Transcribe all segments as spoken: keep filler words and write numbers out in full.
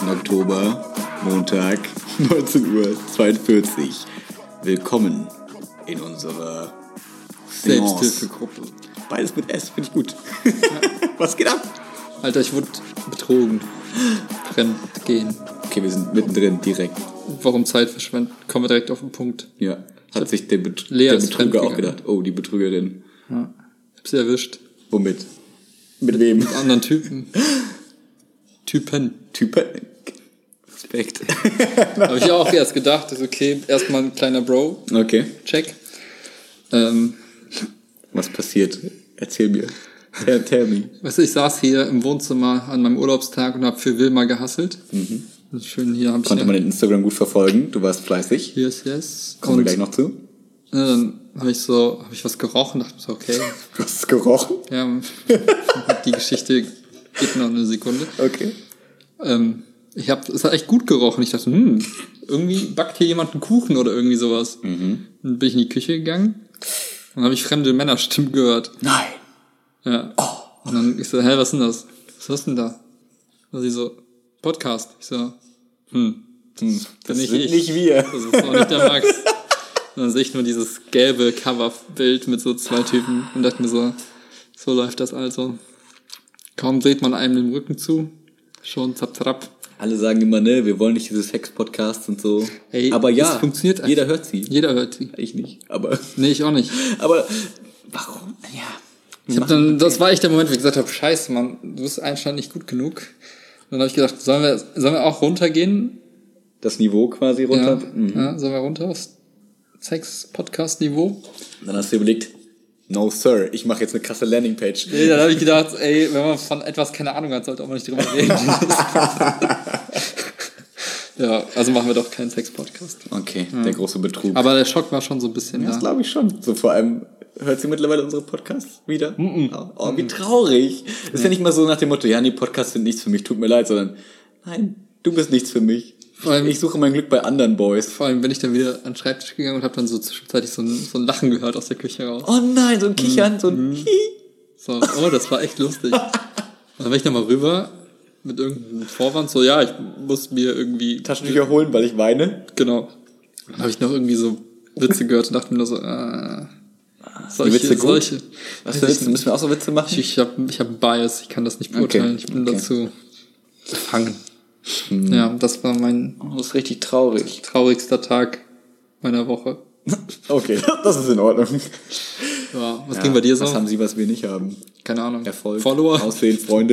Oktober, Montag, neunzehn Uhr zweiundvierzig. Willkommen in unserer Selbsthilfegruppe. Beides mit S, finde ich gut. Ja. Was geht ab? Alter, ich wurde betrogen. Fremd gehen. Okay, wir sind mittendrin, direkt. Warum Zeit verschwenden? Kommen wir direkt auf den Punkt. Ja, hat sich der, Bet- Lea der ist Betrüger auch gedacht. Oh, die Betrügerin. Ja. Ich hab sie erwischt. Womit? Mit wem? Mit anderen Typen. Typen. Typen. Respekt. Habe ich auch erst gedacht, ist okay, erstmal ein kleiner Bro. Okay. Check. Ähm, Was passiert? Erzähl mir. Tell, tell me. Weißt du, ich saß hier im Wohnzimmer an meinem Urlaubstag und habe für Wilma gehasselt. Mhm. Das ist schön, hier habe ich... Konnte ja, man in Instagram gut verfolgen. Du warst fleißig. Yes, yes. Kommen wir Und gleich noch zu. ja, dann habe ich so, habe ich was gerochen, dachte mir so, okay. Du hast es gerochen? Ja, die Geschichte geht noch eine Sekunde. Okay. Ähm, ich hab, es hat echt gut gerochen. Ich dachte, hm, irgendwie backt hier jemand einen Kuchen oder irgendwie sowas. Mhm. Dann bin ich in die Küche gegangen und dann habe ich fremde Männerstimmen gehört. Nein. Ja. Oh. Und dann ich so, hä, was ist denn das? Was ist denn da? Und sie so, Podcast. Ich so, hm, das, hm, das bin nicht sind ich. nicht wir. Das ist auch nicht der Max. Und dann sehe ich nur dieses gelbe Coverbild mit so zwei Typen und dachte mir so, so läuft das also. Kaum dreht man einem den Rücken zu, schon zapp, zapp. Alle sagen immer, ne, wir wollen nicht diese Sex-Podcasts und so. Ey, aber ja, es funktioniert einfach. Jeder hört sie. Jeder hört sie. Ich nicht, aber... Nee, ich auch nicht. Aber warum? Ja. Ich hab dann, das war echt der Moment, wo ich gesagt habe, scheiße, Mann, du bist anscheinend nicht gut genug. Und dann habe ich gedacht, sollen wir, sollen wir auch runtergehen? Das Niveau quasi runter? Ja, Mhm. ja, sollen wir runter aufs Sex-Podcast-Niveau? Dann hast du dir überlegt, no sir, ich mache jetzt eine krasse Landingpage. Nee, dann habe ich gedacht, ey, wenn man von etwas keine Ahnung hat, sollte auch mal nicht drüber reden. Ja, also machen wir doch keinen Sex-Podcast. Okay, ja. Der große Betrug. Aber der Schock war schon so ein bisschen ja, da. Das glaube ich schon. So vor allem, hört sie mittlerweile unsere Podcasts wieder? Mm-mm. Oh, oh, wie traurig. Das ist ja nicht mal so nach dem Motto, ja, die Podcasts sind nichts für mich, tut mir leid, sondern nein, du bist nichts für mich. Vor allem, ich suche mein Glück bei anderen Boys. Vor allem bin ich dann wieder an den Schreibtisch gegangen und habe dann so zwischenzeitlich so ein, so ein Lachen gehört aus der Küche raus. Oh nein, so ein Kichern, mm. so ein Hi. So, oh, das war echt lustig. Und dann bin ich nochmal rüber mit irgendeinem Vorwand, so, ja, ich muss mir irgendwie... Taschentücher holen, weil ich weine. Genau. Dann habe ich noch irgendwie so Witze gehört und dachte mir nur so, äh... Solche, die Witze gut? Solche. Was für Witze? Müssen wir auch so Witze machen? Ich, ich habe ich hab einen Bias, ich kann das nicht beurteilen. Okay. Ich bin okay. dazu gefangen. Hm. Ja, das war mein... Oh, das ist richtig traurig. Traurigster Tag meiner Woche. Okay, das ist in Ordnung. Ja, was ja, ging bei dir so? Was haben Sie, was wir nicht haben? Keine Ahnung. Erfolg, Follower, Aussehen, Freunde.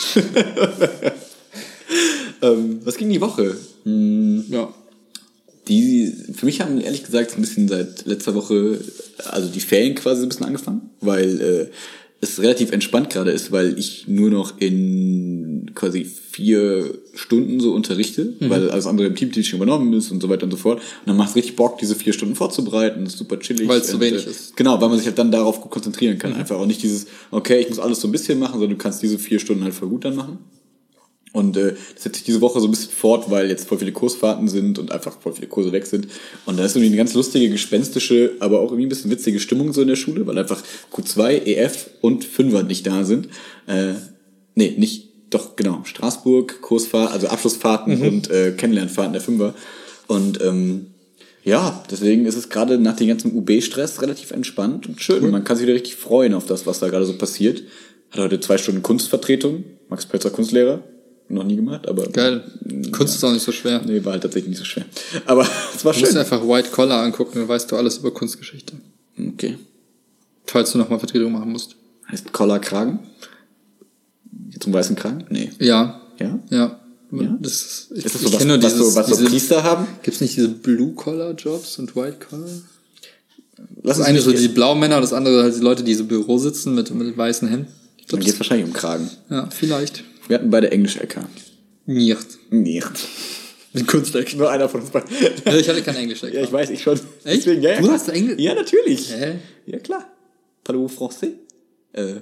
ähm, was ging die Woche? Hm, ja. Die, für mich haben ehrlich gesagt ein bisschen seit letzter Woche, also die Ferien quasi ein bisschen angefangen, weil äh, es relativ entspannt gerade ist, weil ich nur noch in quasi vier Stunden so unterrichte, mhm. weil alles andere im Teamteaching übernommen ist und so weiter und so fort. Und dann macht es richtig Bock, diese vier Stunden vorzubereiten. Das ist super chillig. Weil es zu wenig äh, ist. Genau, weil man sich halt dann darauf gut konzentrieren kann. Mhm. Einfach auch nicht dieses, okay, ich muss alles so ein bisschen machen, sondern du kannst diese vier Stunden halt voll gut dann machen. Und äh, das setzt sich diese Woche so ein bisschen fort, weil jetzt voll viele Kursfahrten sind und einfach voll viele Kurse weg sind. Und da ist irgendwie eine ganz lustige, gespenstische, aber auch irgendwie ein bisschen witzige Stimmung so in der Schule, weil einfach Q zwei, E F und Fünfer nicht da sind. Äh, nee, nicht, doch, genau, Straßburg, Kursfahrt, also Abschlussfahrten mhm. und äh, Kennenlernfahrten der Fünfer. Und ähm, ja, deswegen ist es gerade nach dem ganzen U B-Stress relativ entspannt und schön. Mhm. Man kann sich wieder richtig freuen auf das, was da gerade so passiert. Hatte heute zwei Stunden Kunstvertretung, Max Pelzer Kunstlehrer. Noch nie gemacht, aber... Geil. Kunst ja. ist auch nicht so schwer. Nee, war halt tatsächlich nicht so schwer. Aber es war du schön. Du musst einfach White Collar angucken, dann weißt du alles über Kunstgeschichte. Okay. Falls du nochmal Vertretung machen musst. Heißt Collar Kragen? Jetzt zum weißen Kragen? Nee. Ja. Ja? Ja. ja? Das ist, ich, ist das so ich was, nur was, dieses, so, was diese, so Priester haben? Gibt's nicht diese Blue-Collar-Jobs und White-Collar? Das eine so die Blaumänner, das andere halt die Leute, die so im Büro sitzen mit, mit weißen Hemden. Dann geht's wahrscheinlich um Kragen. Ja, vielleicht. Wir hatten beide Englisch-L K. Nicht. Nicht. Mit Kunst-L K. Nur einer von uns beiden. Ja, ich hatte kein Englisch-L K. Ja, ich weiß, ich schon. Echt? Deswegen, ja, ja, du klar. hast Englisch? Ja, natürlich. Hä? Ja, klar. Parlez-vous français? Äh.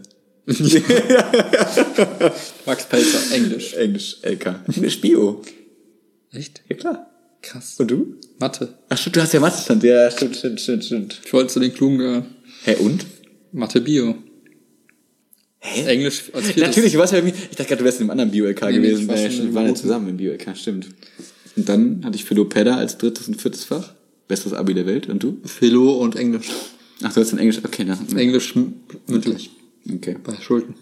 Max Pelzer, Englisch. Englisch, L K. Englisch Bio. Echt? Ja, klar. Krass. Und du? Mathe. Ach stimmt, du hast ja Mathe-Stand. Ja, stimmt, stimmt, stimmt, stimmt. Ich wollte zu den Klugen gehören. Hä, und? Mathe Bio. Hä? Englisch als viertes. Natürlich, du warst ja irgendwie, ich dachte gerade, du wärst in einem anderen Bio-L K Nee, nee, gewesen. ich war Nee, schon wir waren ja im zusammen im Bio-L K, stimmt. Und dann hatte ich Philopäda als drittes und viertes Fach. Bestes Abi der Welt. Und du? Philo und Englisch. Ach, du hast in Englisch, okay. Dann, Englisch m- mündlich. Okay. Bei Schulden.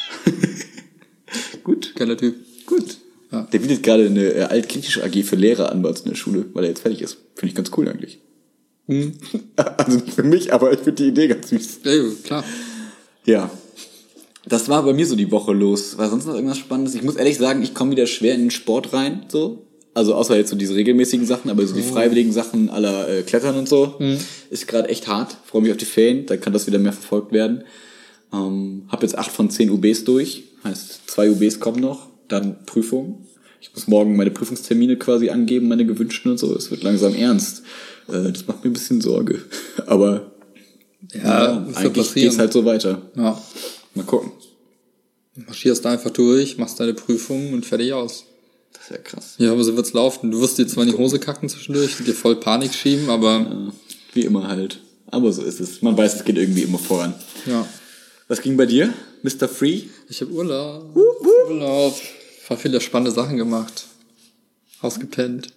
Gut. Geiler Typ. Gut. Ja. Der bietet gerade eine äh, altgriechische A G für Lehrer an bei uns in der Schule, weil er jetzt fertig ist. Finde ich ganz cool eigentlich. Hm. Also nicht für mich, aber ich finde die Idee ganz süß. Ja, ja, klar. Ja. Das war bei mir so die Woche los. War sonst noch irgendwas Spannendes? Ich muss ehrlich sagen, ich komme wieder schwer in den Sport rein, so. Also außer jetzt so diese regelmäßigen Sachen, aber so die freiwilligen Sachen aller äh, Klettern und so, mhm. ist gerade echt hart. Freue mich auf die Ferien, da kann das wieder mehr verfolgt werden. Ähm, hab jetzt acht von zehn U Bs durch, heißt zwei U Bs kommen noch, dann Prüfung. Ich muss morgen meine Prüfungstermine quasi angeben, meine gewünschten und so. Es wird langsam ernst. Äh, das macht mir ein bisschen Sorge. Aber ja, ja eigentlich geht's halt so weiter. Ja. Mal gucken. Marschierst da einfach durch, machst deine Prüfung und fertig aus. Das ist ja krass. Ja, aber so wird's laufen. Du wirst dir zwar in die Hose kacken zwischendurch, dir voll Panik schieben, aber... Ja, wie immer halt. Aber so ist es. Man weiß, es geht irgendwie immer voran. Ja. Was ging bei dir, Mister Free? Ich habe Urlaub. Wupp, wupp. Urlaub. War viele spannende Sachen gemacht. Ausgepennt.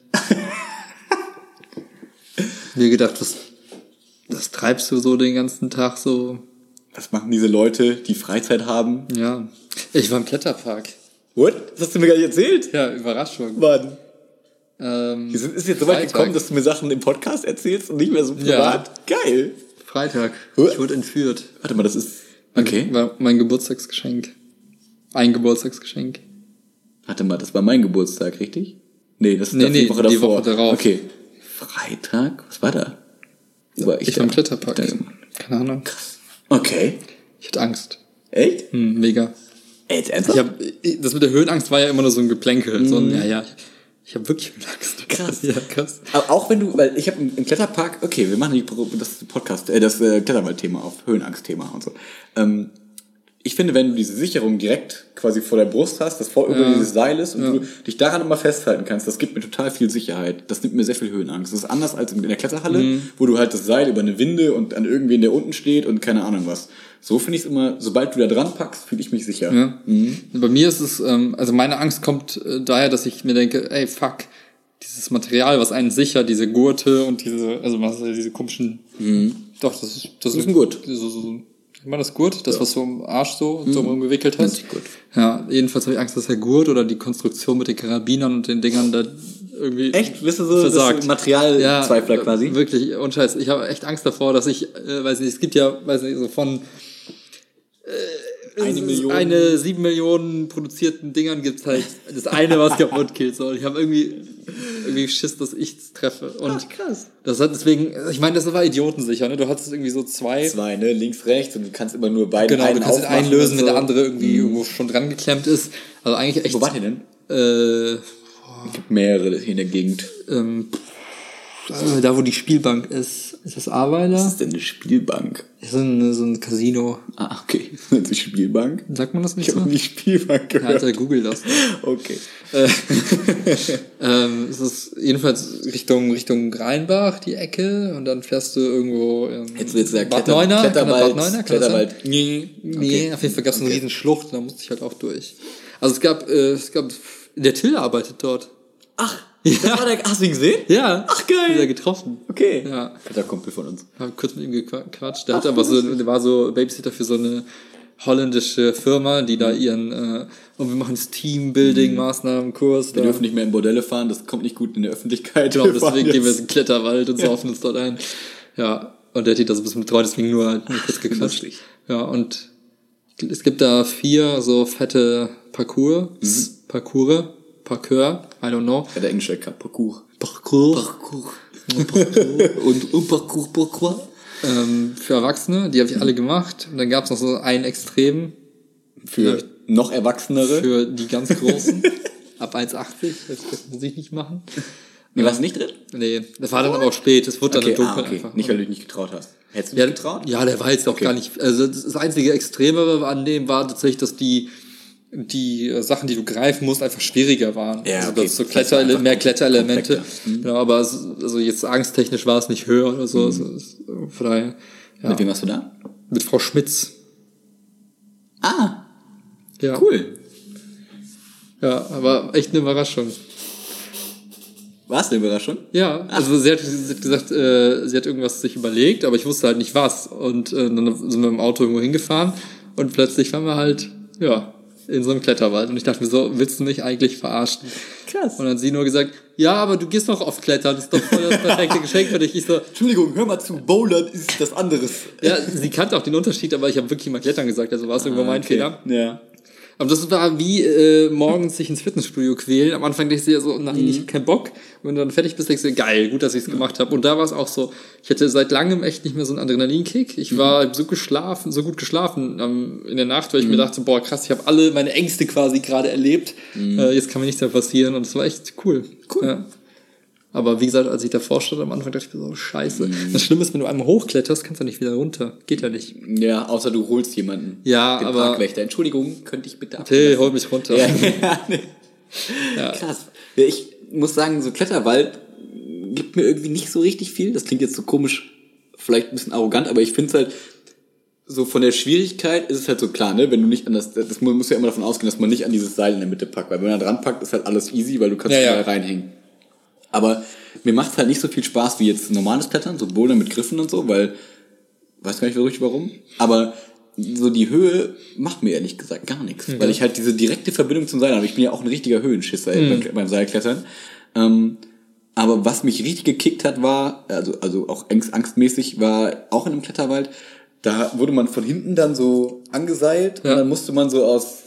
Mir gedacht, was, was treibst du so den ganzen Tag so? Was machen diese Leute, die Freizeit haben? Ja. Ich war im Kletterpark. What? Das hast du mir gar nicht erzählt? Ja, Überraschung. Wann? Ähm, Wir sind, ist jetzt so weit Freitag. gekommen, dass du mir Sachen im Podcast erzählst und nicht mehr so privat? Ja. Geil. Freitag. Huh? Ich wurde entführt. Warte mal, das ist... Okay. War mein Geburtstagsgeschenk. Ein Geburtstagsgeschenk. Warte mal, das war mein Geburtstag, richtig? Nee, das ist Nee, die nee, Woche die davor. Woche darauf. Okay. Freitag? Was war da? Wo war ich Ich da? war im Kletterpark. Da- Keine Ahnung. Okay. Ich hatte Angst. Echt? Hm, mega. Ey, jetzt Ich ernsthaft? hab, das mit der Höhenangst war ja immer nur so ein Geplänkel. So ein, ja, ja. Ich habe wirklich Höhenangst. Krass. Ja, krass. Aber auch wenn du, weil ich habe im Kletterpark, okay, wir machen die, das Podcast, äh, das äh, Kletterwald-Thema auf, Höhenangst-Thema und so. Ähm, ich finde, wenn du diese Sicherung direkt quasi vor der Brust hast, das vor über Ja. dieses Seil ist und Ja. du dich daran immer festhalten kannst, das gibt mir total viel Sicherheit. Das nimmt mir sehr viel Höhenangst. Das ist anders als in der Kletterhalle, Mhm. wo du halt das Seil über eine Winde und an irgendwen, der unten steht und keine Ahnung was. So finde ich es immer, sobald du da dran packst, fühle ich mich sicher. Ja. Bei mir ist es, ähm, also meine Angst kommt äh, daher, dass ich mir denke, ey, fuck, dieses Material, was einen sichert, diese Gurte und diese, also was, diese komischen, doch, das ist, das, Das ist ein Gurt. So, so, so, ich meine das Gurt, das, was du am Arsch so, so umgewickelt Nennt hast. sich Gurt. Ja, jedenfalls habe ich Angst, dass der Gurt oder die Konstruktion mit den Karabinern und den Dingern da irgendwie Echt? Bist du so versagt. das Materialzweifler ja, quasi? Wirklich, ohne Scheiß. Ich habe echt Angst davor, dass ich, äh, weiß nicht, es gibt ja, weiß nicht, so von Eine Million. eine sieben Millionen produzierten Dingern gibt's halt das eine, was kaputt geht soll. Ich habe irgendwie irgendwie Schiss, dass ich's treffe. Und Ach, krass. das hat deswegen, ich meine, das war idiotensicher, ne? Du hattest irgendwie so zwei. Zwei, ne? Links, rechts und du kannst immer nur beide Genau, du kannst den aufmachen einen lösen, und wenn so. der andere irgendwie irgendwo schon dran geklemmt ist. Also eigentlich echt. Wo wart ihr denn? Äh, Es gibt mehrere hier in der Gegend. ähm, äh, da wo die Spielbank ist, ist das Aweiler? Was ist denn eine Spielbank? Ist so ein, so ein Casino. Ah, okay. Nennt sich Spielbank? Sagt man das nicht Ich habe so? noch nie Spielbank Ja, gehört. Alter, google das. Okay. Äh, ähm, es ist jedenfalls Richtung Richtung Rheinbach, die Ecke, und dann fährst du irgendwo ähm, Jetzt wird's ja Bad Kletter, Neuenahr, kann das Kletterwald, Bad Neuenahr, kann das Kletterwald. sein? Nee. Nee, auf jeden Fall gab es eine riesen Schlucht, da musste ich halt auch durch. Also es gab, äh, es gab, der Till arbeitet dort. Ach, das war der, hast du ihn gesehen? Ja. Ach, geil. Wieder getroffen. Okay. Ja. Alter Kumpel von uns. Hab kurz mit ihm gequatscht. Der hat aber so, der war so Babysitter für so eine holländische Firma, die da ihren, äh, und wir machen das Teambuilding-Maßnahmen-Kurs. Wir da. dürfen nicht mehr in Bordelle fahren, das kommt nicht gut in der Öffentlichkeit. Genau, Wir fahren deswegen gehen wir jetzt- in den Kletterwald und saufen uns dort ein. Ja, und der hat die das ein bisschen betreut, deswegen nur halt nur kurz gequatscht. Lustig. Ja, und es gibt da vier so fette Parcours, Mhm. Parcours, Parcours, I don't know. Ja, der englische Cut, Parcours. Parcours. Parcours. und, und Parcours, Parcours. Ähm, für Erwachsene, die habe ich alle gemacht. Und dann gab's noch so einen Extrem Für noch Erwachsenere. für die ganz Großen. Ab eins Komma achtzig, das, das muss ich nicht machen. Nee, warst du nicht drin? Nee, das war dann aber auch spät, es wurde Okay, dann ah, dunkel okay. einfach. Nicht, weil du dich nicht getraut hast. Hättest du dich Ja, getraut? ja, der war jetzt auch Okay. gar nicht, also das, das einzige Extremere an dem war tatsächlich, dass die die äh, Sachen, die du greifen musst, einfach schwieriger waren. Ja, also okay. dass so Das heißt, Kletter, einfach mehr Kletterelemente. kompakter. Mhm. Ja, aber es, also jetzt angsttechnisch war es nicht höher oder so. Also, es, von daher, ja. Mit wem warst du da? Mit Frau Schmitz. Ah, Ja. cool. Ja, aber echt eine Überraschung. War es eine Überraschung? Ja, also sie hat, sie hat gesagt, äh, sie hat irgendwas sich überlegt, aber ich wusste halt nicht was. Und äh, dann sind wir im Auto irgendwo hingefahren und plötzlich waren wir halt, ja, in so einem Kletterwald. Und ich dachte mir so, willst du mich eigentlich verarschen? Krass. Und dann hat sie nur gesagt, ja, aber du gehst doch oft klettern, das ist doch voll das perfekte Geschenk für dich. Ich so, Entschuldigung, hör mal zu, Bouldern ist das anderes. ja, sie kannte auch den Unterschied, aber ich habe wirklich mal Klettern gesagt, also war es irgendwo mein okay. Fehler. Ja. Aber das war wie äh, morgens sich ins Fitnessstudio quälen. Am Anfang dachte ich ja so, nein, Mhm. ich hab keinen Bock. Und wenn du dann fertig bist, denkst du, geil, gut, dass ich es gemacht habe. Und da war es auch so, ich hatte seit langem echt nicht mehr so einen Adrenalinkick. Ich war so geschlafen, so gut geschlafen ähm, in der Nacht, weil ich Mhm. mir dachte, boah, krass, ich habe alle meine Ängste quasi gerade erlebt. Mhm. Äh, jetzt kann mir nichts mehr passieren. Und es war echt cool. Cool. Ja. Aber wie gesagt, als ich davor stand am Anfang, dachte ich mir so, scheiße. Mhm. Das Schlimme ist, wenn du einmal hochkletterst, kannst du nicht wieder runter. Geht ja nicht. Ja, außer du holst jemanden. Ja, den aber- Parkwächter. Entschuldigung, könnte ich bitte Till, ablassen? hol mich runter. Ja, ja, nee. Ja. Krass. Ja, ich muss sagen, so Kletterwald gibt mir irgendwie nicht so richtig viel. Das klingt jetzt so komisch, vielleicht ein bisschen arrogant, aber ich finde es halt so von der Schwierigkeit ist es halt so klar, ne, wenn du nicht an das, das muss muss ja immer davon ausgehen, dass man nicht an dieses Seil in der Mitte packt, weil wenn man da dran packt, ist halt alles easy, weil du kannst Ja, ja, ja. reinhängen. Aber mir macht es halt nicht so viel Spaß wie jetzt normales Klettern, so Bouldern mit Griffen und so, weil, weiß gar nicht so richtig warum, aber so die Höhe macht mir ehrlich gesagt gar nichts, weil ich halt diese direkte Verbindung zum Seil habe. Ich bin ja auch ein richtiger Höhenschisser beim, beim Seilklettern. Ähm, aber was mich richtig gekickt hat, war, also, also auch angst, angstmäßig, war auch in einem Kletterwald, da wurde man von hinten dann so angeseilt Ja. und dann musste man so aus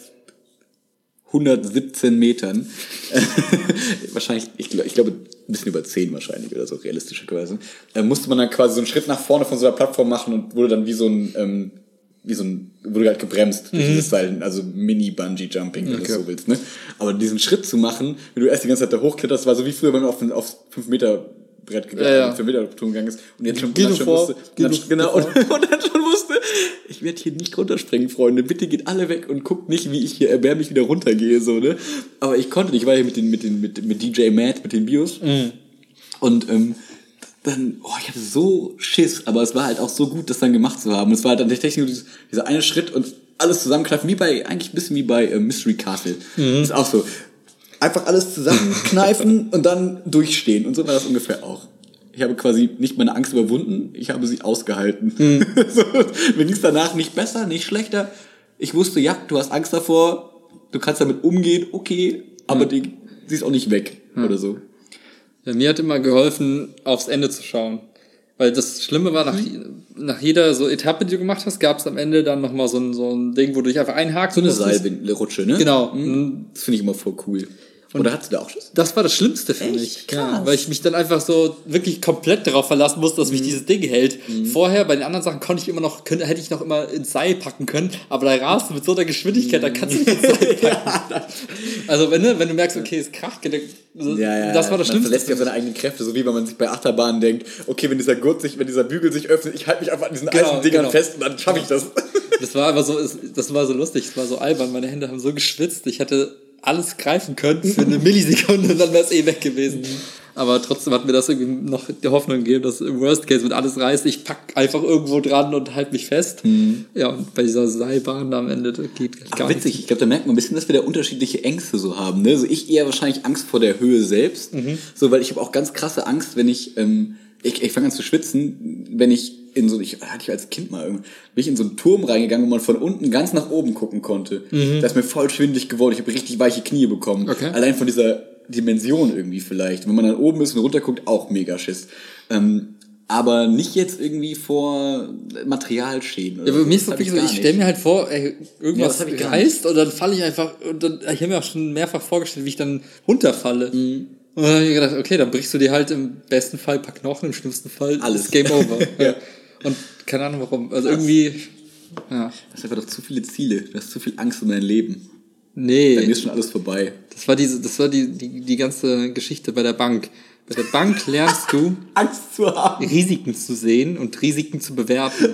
hundertsiebzehn Metern, wahrscheinlich, ich, glaub, ich glaube, ein bisschen über zehn wahrscheinlich oder so, realistischerweise, äh, musste man dann quasi so einen Schritt nach vorne von so einer Plattform machen und wurde dann wie so ein, ähm, wie so ein, wurde halt gebremst durch dieses Seil, also Mini-Bungee-Jumping, wenn Okay. du so willst, ne? Aber diesen Schritt zu machen, wenn du erst die ganze Zeit da hochkletterst, war so wie früher, wenn man auf ein, auf fünf Meter Brett gegangen, Ja, ja. fünf Meter Turm gegangen ist und jetzt schon, Geh dann du schon vor, wusste, geh dann, du genau, vor. und, und dann schon wusste, ich werde hier nicht runterspringen, Freunde, bitte geht alle weg und guckt nicht, wie ich hier erbärmlich wieder runtergehe, so, ne? Aber ich konnte nicht, ich war hier mit den, mit den, mit, mit D J Matt, mit den Bios. Mhm. Und, ähm, dann, oh, ich hatte so Schiss, aber es war halt auch so gut, das dann gemacht zu haben. Es war halt dann tatsächlich nur dieses, dieser eine Schritt und alles zusammenkneifen, wie bei, eigentlich ein bisschen wie bei äh, Mystery Castle. Mhm. Das ist auch so. Einfach alles zusammenkneifen und dann durchstehen. Und so war das ungefähr auch. Ich habe quasi nicht meine Angst überwunden, ich habe sie ausgehalten. Mhm. So, mir ging es danach nicht besser, nicht schlechter. Ich wusste, ja, du hast Angst davor, du kannst damit umgehen, okay, aber Mhm. die, sie ist auch nicht weg oder so. Ja, mir hat immer geholfen, aufs Ende zu schauen. Weil das Schlimme war, nach, nach jeder so Etappe, die du gemacht hast, gab es am Ende dann nochmal so ein, so ein Ding, wo du dich einfach einhakst. So eine musstest. Seilrutsche, ne? Genau. Mhm. Das finde ich immer voll cool. Oder hast du da auch Schiss? Das war das Schlimmste für Echt? mich. Krass. Ja, weil ich mich dann einfach so wirklich komplett darauf verlassen musste, dass mich dieses Ding hält. Vorher, bei den anderen Sachen konnte ich immer noch, könnte, hätte ich noch immer ins Seil packen können, aber da rast du mit so einer Geschwindigkeit, da kannst du nicht ins Seil packen. Also wenn, wenn du merkst, okay, es kracht, dann- Ja, ja, das war das man Schlimmste. verlässt sich auf seine eigenen Kräfte, so wie wenn man sich bei Achterbahnen denkt, okay, wenn dieser Gurt sich, wenn dieser Bügel sich öffnet, ich halte mich einfach an diesen Genau, Eisendingern genau. fest und dann schaffe ich das. Das war aber so, es- das war so lustig, es war so albern, meine Hände haben so geschwitzt, ich hätte alles greifen können für eine Millisekunde und dann wäre es eh weg gewesen. Aber trotzdem hat mir das irgendwie noch die Hoffnung gegeben, dass im Worst Case, wenn alles reißt, ich pack einfach irgendwo dran und halte mich fest. Ja, und bei dieser Seilbahn am Ende, da geht gar Aber witzig, nichts. ich glaube, da merkt man ein bisschen, dass wir da unterschiedliche Ängste so haben. Ne? Also ich eher wahrscheinlich Angst vor der Höhe selbst, so, weil ich habe auch ganz krasse Angst, wenn ich, ähm, ich, ich fange an zu schwitzen, wenn ich in so, ich hatte ich als Kind mal irgendwie, bin ich in so einen Turm reingegangen, wo man von unten ganz nach oben gucken konnte. Da ist mir voll schwindelig geworden, ich habe richtig weiche Knie bekommen. Okay. Allein von dieser Dimension irgendwie vielleicht. Wenn man dann oben ist und runter guckt, auch mega Schiss. Ähm, aber nicht jetzt irgendwie vor Materialschäden. Ja, Oder aber mir ist Das doch hab wirklich so, gar ich nicht. stelle mir halt vor, ey, Ja, irgendwas das hab ich gar reißt und dann falle ich einfach, und dann, ich habe mir auch schon mehrfach vorgestellt, wie ich dann runterfalle. Mhm. Und dann habe ich gedacht, okay, dann brichst du dir halt im besten Fall ein paar Knochen, im schlimmsten Fall Alles. ist Game Over. Ja. Und keine Ahnung warum, also irgendwie, ja, Du hast einfach doch zu viele Ziele. Du hast zu viel Angst um dein Leben. Bei mir nee, ist schon alles vorbei. das war diese, das war die, die, die ganze Geschichte bei der Bank. Bei der Bank lernst du, Angst zu haben. Risiken zu sehen und Risiken zu bewerten.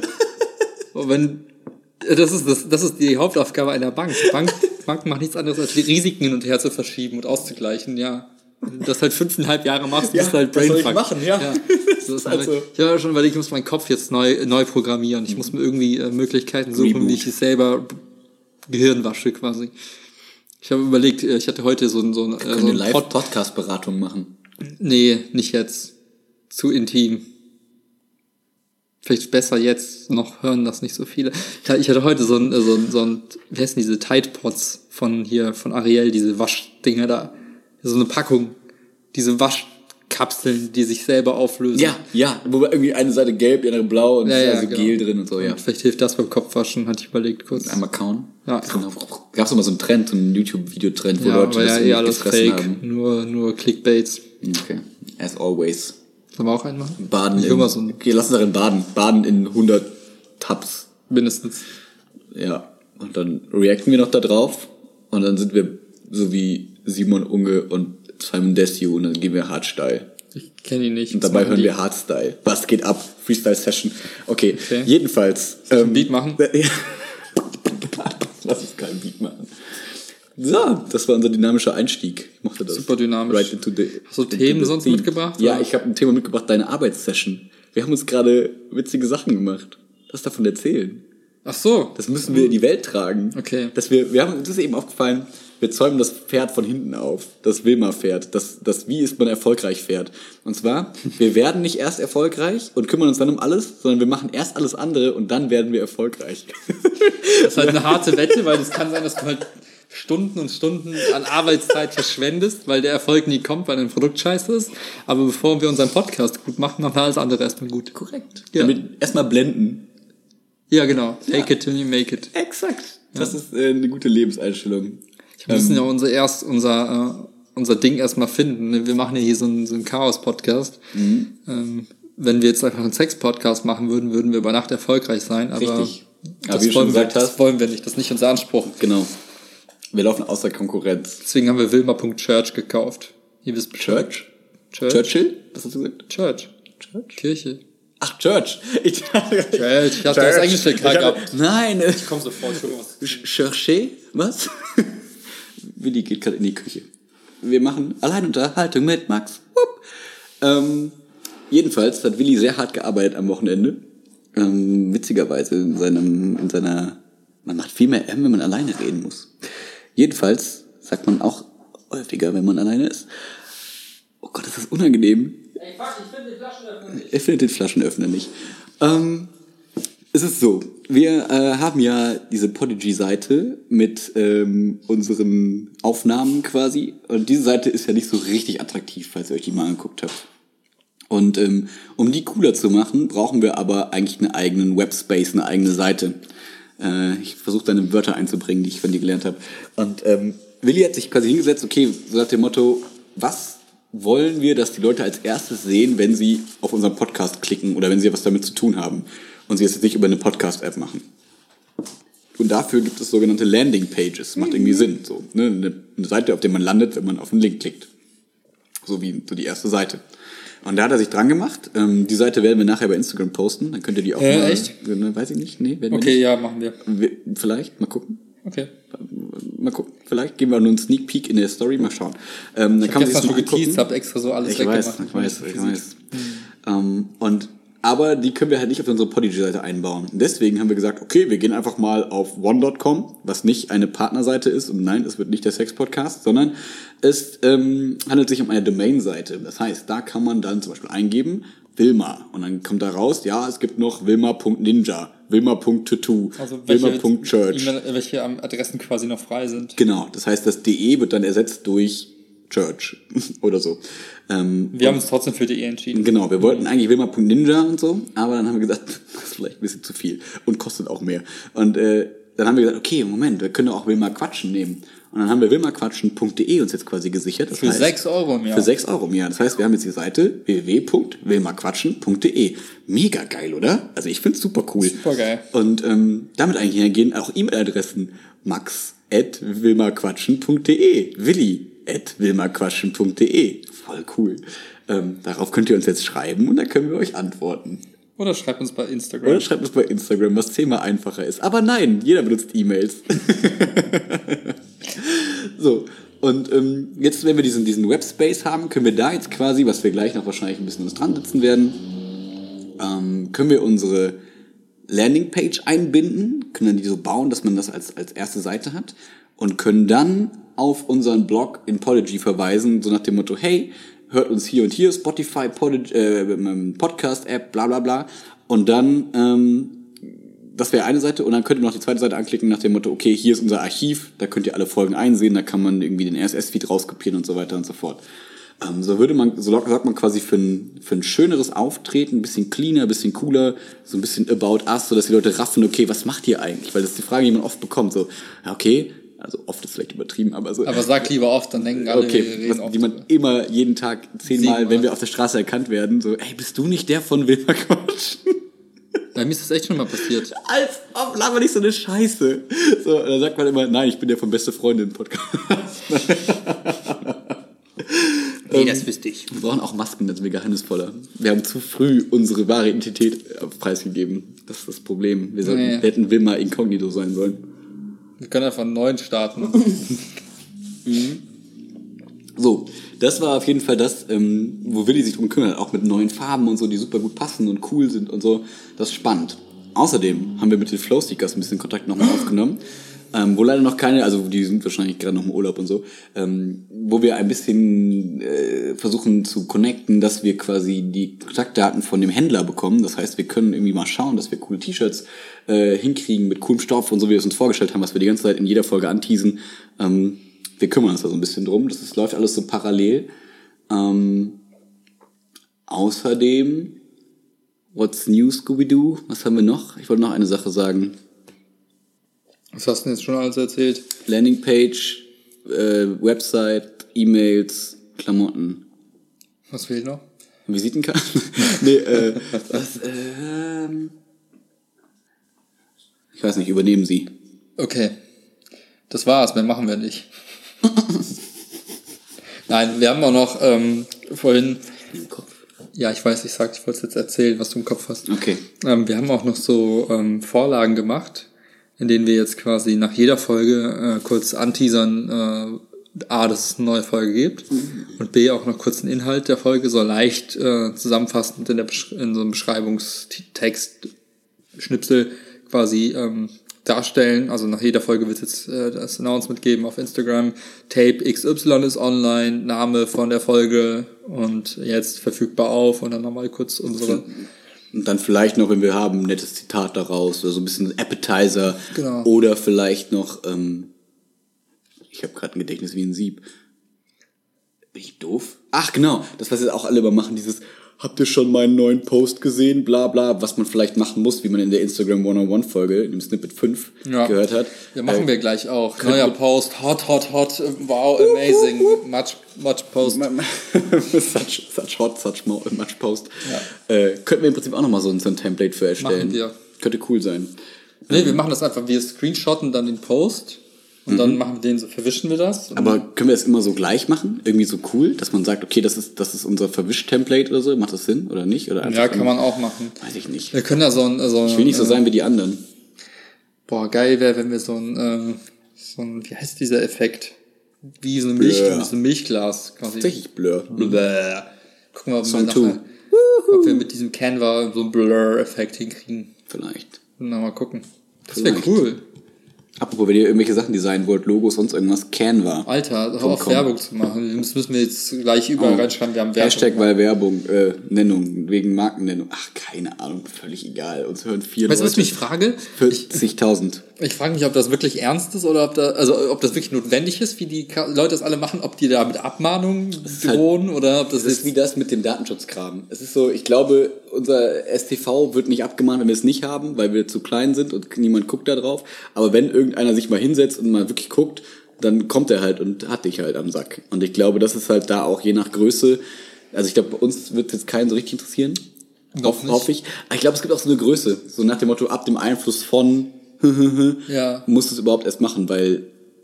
Und wenn, das ist, das, das ist die Hauptaufgabe einer Bank. Die Bank, Bank macht nichts anderes, als die Risiken hin und her zu verschieben und auszugleichen, ja. Wenn du das halt fünfeinhalb Jahre machst, Ja, bist du halt was soll ich Brainfuck. machen, ja. Das ist Also- halt, ich habe ja schon überlegt, ich muss meinen Kopf jetzt neu, neu programmieren. Ich muss mir irgendwie äh, Möglichkeiten suchen, Reboot. wie ich es selber Gehirnwasche quasi. Ich habe überlegt, ich hatte heute so ein... So ein, Können so ein Live-Podcast-Beratung machen? Nee, nicht jetzt. Zu intim. Vielleicht besser jetzt, noch hören das nicht so viele. Ja, ich hatte heute so ein, so ein, so ein, wie heißen diese Tide Pods von hier, von Ariel, diese Waschdinger da. So eine Packung. Diese Waschkapseln, die sich selber auflösen. Ja, ja, wo irgendwie eine Seite gelb, die andere blau und Ja, es ist ja, also genau. Gel drin und so, ja. Und vielleicht hilft das beim Kopfwaschen, hatte ich überlegt kurz. Einmal kauen. Ja. Genau. Gab es immer so einen Trend, so einen YouTube-Videotrend, wo Ja, Leute aber das ja, irgendwie eh alles gefressen fake, haben. nur, nur Clickbaits. Okay, as always. Sollen wir auch einen machen? Baden Ich in, will mal so ein- okay, lass uns darin baden. Baden in hundert Tabs. Mindestens. Ja, und dann reacten wir noch da drauf und dann sind wir so wie Simon Unge und Simon Desue und dann gehen wir Hardstyle. Ich kenne ihn nicht. Und dabei hören wir Hardstyle. Was geht ab? Freestyle-Session. Okay, Okay. jedenfalls. Soll ich einen Beat machen? Lass uns keinen Beat machen. So, das war unser dynamischer Einstieg. Ich mochte das. Super dynamisch. Right into the, Hast du into Themen the sonst theme. mitgebracht, Ja, oder? ich habe ein Thema mitgebracht, deine Arbeitssession. Wir haben uns gerade witzige Sachen gemacht. Lass davon erzählen. Ach so. Das müssen wir in die Welt tragen. Okay. Dass wir, wir haben uns ist eben aufgefallen, wir zäumen das Pferd von hinten auf. Das Wilma-Pferd. Das, das Wie ist man erfolgreich Pferd. Und zwar, wir werden nicht erst erfolgreich und kümmern uns dann um alles, sondern wir machen erst alles andere und dann werden wir erfolgreich. Das ist halt eine harte Wette, weil es kann sein, dass du halt Stunden und Stunden an Arbeitszeit verschwendest, weil der Erfolg nie kommt, weil dein Produkt scheiße ist. Aber bevor wir unseren Podcast gut machen, machen wir alles andere erstmal gut. Korrekt. Ja. Damit erstmal blenden. Ja, genau. Take Ja. it till you make it. Exakt. Das ist äh, eine gute Lebenseinstellung. Wir müssen ja unser erst unser äh, unser Ding erstmal finden. Wir machen ja hier so einen, so einen Chaos-Podcast. Mhm. Ähm, wenn wir jetzt einfach einen Sex-Podcast machen würden, würden wir über Nacht erfolgreich sein. Aber Richtig. Aber das, wie du schon wollen wir, gesagt hast- das wollen wir nicht. Das ist nicht unser Anspruch. Genau. Wir laufen außer Konkurrenz. Deswegen haben wir wilma Punkt church gekauft. Ihr wisst Bescheid. Church? Church? Churchill? Was hast du gesagt? Church. Church? Kirche. Ach, Church. Ich dachte, Church. Ich hatte das Englische Ich hatte- gehabt. Nein. äh, Komm sofort, Entschuldigung. Chercher? Was? Willi geht gerade in die Küche. Wir machen Alleinunterhaltung mit Max. Wupp. Ähm, jedenfalls hat Willi sehr hart gearbeitet am Wochenende. Ähm, witzigerweise in seinem, in seiner, man macht viel mehr M, wenn man alleine reden muss. Jedenfalls sagt man auch häufiger, wenn man alleine ist. Oh Gott, ist das unangenehm. Ey, fuck, ich finde den Flaschenöffner nicht. Er findet den Flaschenöffner nicht. Ähm, es ist so, wir äh, haben ja diese Podigy-Seite mit ähm, unseren Aufnahmen quasi. Und diese Seite ist ja nicht so richtig attraktiv, falls ihr euch die mal angeguckt habt. Und ähm, um die cooler zu machen, brauchen wir aber eigentlich einen eigenen Webspace, eine eigene Seite. Äh, ich versuche deine Wörter einzubringen, die ich von dir gelernt habe. Und ähm, Willi hat sich quasi hingesetzt, okay, so nach dem Motto, was wollen wir, dass die Leute als erstes sehen, wenn sie auf unseren Podcast klicken oder wenn sie was damit zu tun haben und sie es jetzt nicht über eine Podcast-App machen. Und dafür gibt es sogenannte Landing-Pages. Macht irgendwie Sinn. So, ne? eine, eine Seite, auf der man landet, wenn man auf einen Link klickt. So wie so die erste Seite. Und da hat er sich dran gemacht. Ähm, die Seite werden wir nachher bei Instagram posten. Dann könnt ihr die auch Äh, mal... echt? Ne, weiß ich nicht. Nee, werden Okay, wir nicht. ja, machen wir. Wir, vielleicht, mal gucken. Okay. Mal gucken. Vielleicht geben wir nur einen Sneak Peek in der Story. Mal schauen. Ähm, dann Ich kann hab man sich gestern das schon mal geteased, angucken. hab extra so alles Ich weggemacht. weiß, ich weiß, ich weiß. Ähm, und, aber die können wir halt nicht auf unsere Podigy-Seite einbauen. Und deswegen haben wir gesagt, okay, wir gehen einfach mal auf one Punkt com, was nicht eine Partnerseite ist. Und nein, es wird nicht der Sex-Podcast, sondern es ähm, handelt sich um eine Domain-Seite. Das heißt, da kann man dann zum Beispiel eingeben, Wilma. Und dann kommt da raus, ja, es gibt noch wilma Punkt ninja, wilma Punkt tattoo, Also welche, wilma Punkt church. E-Mail- welche Adressen quasi noch frei sind. Genau, das heißt, das de wird dann ersetzt durch Church oder so. Ähm, Wir haben uns trotzdem für die E entschieden. Genau, wir wollten eigentlich wilma Punkt ninja und so, aber dann haben wir gesagt, das ist vielleicht ein bisschen zu viel und kostet auch mehr. Und äh, dann haben wir gesagt, okay, Moment, wir können auch Wilma Quatschen nehmen. Und dann haben wir wilma quatschen Punkt de uns jetzt quasi gesichert. Das Für heißt, sechs Euro im Jahr. Für sechs Euro im Jahr. Das heißt, wir haben jetzt die Seite w w w Punkt wilma quatschen Punkt de. Mega geil, oder? Also ich find's super cool. Super geil. Und ähm, damit eigentlich hergehen auch E-Mail-Adressen. max at wilma quatschen Punkt de, Willi at wilma quatschen Punkt de. Voll cool. Ähm, darauf könnt ihr uns jetzt schreiben und dann können wir euch antworten. Oder schreibt uns bei Instagram. Oder schreibt uns bei Instagram, was zehnmal einfacher ist. Aber nein, jeder benutzt E-Mails. So, und ähm, jetzt, wenn wir diesen, diesen Webspace haben, können wir da jetzt quasi, was wir gleich noch wahrscheinlich ein bisschen uns dran sitzen werden, ähm, können wir unsere Landingpage einbinden, können dann die so bauen, dass man das als, als erste Seite hat und können dann auf unseren Blog in Podigy verweisen, so nach dem Motto, hey, hört uns hier und hier, Spotify, Podigy, äh, Podcast-App, bla bla bla. Und dann, ähm, das wäre eine Seite, und dann könnt ihr noch die zweite Seite anklicken nach dem Motto, okay, hier ist unser Archiv, da könnt ihr alle Folgen einsehen, da kann man irgendwie den R S S-Feed rauskopieren und so weiter und so fort. Ähm, so würde man, so sagt man quasi für ein, für ein schöneres Auftreten, ein bisschen cleaner, ein bisschen cooler, so ein bisschen about us, so dass die Leute raffen, okay, was macht ihr eigentlich? Weil das ist die Frage, die man oft bekommt, so, ja, okay, also oft ist vielleicht übertrieben, aber so. Aber sag lieber oft, dann denken alle, okay, wir reden was, oft. die man immer, jeden Tag, zehnmal, wenn wir auf der Straße erkannt werden, so, ey, bist du nicht der von Wilma Quatsch? Bei mir ist das echt schon mal passiert. Als ob, laber nicht so eine Scheiße. So, dann sagt man immer, nein, ich bin der von Beste Freundin Podcast. Nee, das wüsste ich. Wir brauchen auch Masken, das ist geheimnisvoller. Wir haben zu früh unsere wahre Identität preisgegeben. Das ist das Problem. Wir, sollten, Nee. wir hätten Wilma inkognito sein sollen. Wir können einfach einen neuen starten. mhm. So, das war auf jeden Fall das, ähm, wo Willi sich drum kümmert, auch mit neuen Farben und so, die super gut passen und cool sind und so. Das ist spannend. Außerdem haben wir mit den Flowstickers ein bisschen Kontakt nochmal aufgenommen, ähm, wo leider noch keine, also die sind wahrscheinlich gerade noch im Urlaub und so, ähm, wo wir ein bisschen äh, versuchen zu connecten, dass wir quasi die Kontaktdaten von dem Händler bekommen. Das heißt, wir können irgendwie mal schauen, dass wir coole T-Shirts äh, hinkriegen mit coolem Stoff und so, wie wir es uns vorgestellt haben, was wir die ganze Zeit in jeder Folge anteasen. Ähm, Wir kümmern uns da so ein bisschen drum. Das ist, läuft alles so parallel. Ähm, außerdem, what's new, Scooby-Doo? Was haben wir noch? Ich wollte noch eine Sache sagen. Was hast du denn jetzt schon alles erzählt? Landingpage, äh, Website, E-Mails, Klamotten. Was fehlt noch? Visitenkarte? nee, äh, was, ähm, ich weiß nicht, übernehmen Sie. Okay. Das war's, mehr machen wir nicht. Nein, wir haben auch noch ähm, vorhin... Im Kopf. Ja, ich weiß, ich sag, ich wollte jetzt erzählen, was du im Kopf hast. Okay. Ähm, wir haben auch noch so ähm, Vorlagen gemacht, in denen wir jetzt quasi nach jeder Folge äh, kurz anteasern, äh, A, dass es eine neue Folge gibt mhm. und B, auch noch kurz den Inhalt der Folge so leicht äh, zusammenfassend in, der Besch- in so einem Beschreibungstext, Schnipsel quasi ähm, darstellen. Also nach jeder Folge wird es jetzt äh, das Announcement geben auf Instagram. Tape X Y ist online, Name von der Folge und jetzt verfügbar auf und dann nochmal kurz unsere... Und dann vielleicht noch, wenn wir haben, ein nettes Zitat daraus oder so ein bisschen Appetizer. Genau. Oder vielleicht noch, ähm, ich habe gerade ein Gedächtnis wie ein Sieb. Bin ich doof? Ach genau, das was jetzt auch alle immer machen, dieses habt ihr schon meinen neuen Post gesehen, bla bla, was man vielleicht machen muss, wie man in der Instagram one-on-one-Folge, in dem Snippet fünf ja. gehört hat. Ja, machen äh, wir gleich auch. Neuer Post, hot, hot, hot, wow, amazing, much, much Post. such, such hot, such much Post. Ja. Äh, könnten wir im Prinzip auch nochmal so, so ein Template für erstellen. Machen wir. Könnte cool sein. Nee, ähm, wir machen das einfach, wir screenshotten dann den Post und mhm. dann machen wir den so, verwischen wir das. Aber können wir das immer so gleich machen? Irgendwie so cool, dass man sagt, okay, das ist, das ist unser Verwisch-Template oder so. Macht das Sinn oder nicht? Oder ja, kann man auch machen. Weiß ich nicht. Wir können da so ein... So ich will nicht so äh, sein wie die anderen. Boah, geil wäre, wenn wir so ein, äh, so ein, wie heißt dieser Effekt? Wie so ein Milch, so ein Milchglas quasi. Tatsächlich Blur. Blur. Gucken wir, ob wir, Song nachher, ob wir mit diesem Canva so einen Blur-Effekt hinkriegen. Vielleicht. Na, mal gucken. Das wäre cool. Apropos, wenn ihr irgendwelche Sachen designen wollt, Logos, sonst irgendwas, Canva. Alter, hör auf Werbung zu machen. Das müssen wir jetzt gleich überall oh. reinschreiben. Wir haben Werbung. Hashtag weil Werbung, äh, Nennung, wegen Markennennung. Ach, keine Ahnung, völlig egal. Uns hören vier weißt, Leute. Weißt du, was ich mich frage? vierzigtausend. Ich, ich frage mich, ob das wirklich ernst ist oder ob da, also ob das wirklich notwendig ist, wie die Leute das alle machen, ob die da mit Abmahnungen drohen halt, oder ob das, das ist wie das mit dem Datenschutzkram. Es ist so, ich glaube, unser S T V wird nicht abgemahnt, wenn wir es nicht haben, weil wir zu klein sind und niemand guckt da drauf. Aber wenn irgendeiner sich mal hinsetzt und mal wirklich guckt, dann kommt er halt und hat dich halt am Sack. Und ich glaube, das ist halt da auch je nach Größe. Also ich glaube, bei uns wird jetzt keinen so richtig interessieren. Hoffe hoff ich. Aber ich glaube, es gibt auch so eine Größe. So nach dem Motto, ab dem Einfluss von ja. musst du es überhaupt erst machen, weil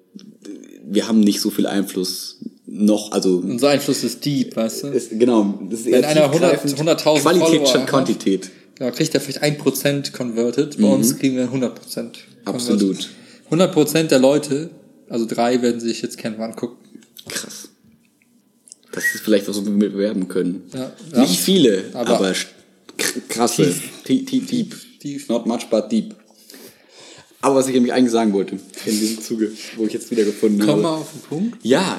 wir haben nicht so viel Einfluss noch, also... Unser Einfluss ist deep, weißt du? Ist, genau. Das ist wenn einer hunderttausend Qualität statt Quantität. Genau, kriegt er vielleicht ein Prozent converted. Bei mhm. uns kriegen wir hundert Prozent. Absolut. hundert Prozent der Leute, also drei, werden sich jetzt Canva angucken. Krass. Das ist vielleicht was, was wir bewerben können. Ja, ja. Nicht viele, aber, aber krasse. Tief. Tief, deep. Deep. Not much, but deep. Aber was ich nämlich eigentlich sagen wollte, in diesem Zuge, wo ich jetzt wieder gefunden habe. Komm mal auf den Punkt. Ja.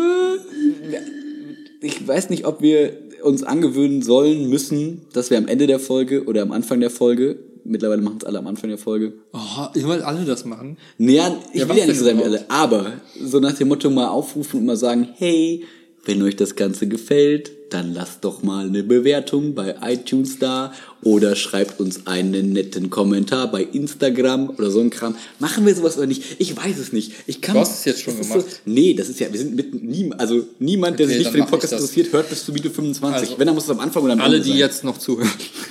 Ich weiß nicht, ob wir uns angewöhnen sollen, müssen, dass wir am Ende der Folge oder am Anfang der Folge, mittlerweile machen es alle am Anfang der Folge. Oh, ich will alle das machen. Naja, ich ja, will ja nicht so sein wie alle, aber so nach dem Motto mal aufrufen und mal sagen, hey, wenn euch das Ganze gefällt, dann lasst doch mal eine Bewertung bei iTunes da oder schreibt uns einen netten Kommentar bei Instagram oder so ein Kram. Machen wir sowas oder nicht? Ich weiß es nicht. Ich kann, du hast es jetzt schon gemacht. So, nee, das ist ja, wir sind mit nie, also niemand, der okay, sich nicht für den Podcast interessiert, hört bis zu Video fünfundzwanzig. Also, wenn, dann muss es am Anfang oder am alle, Ende sein. die jetzt noch zuhören.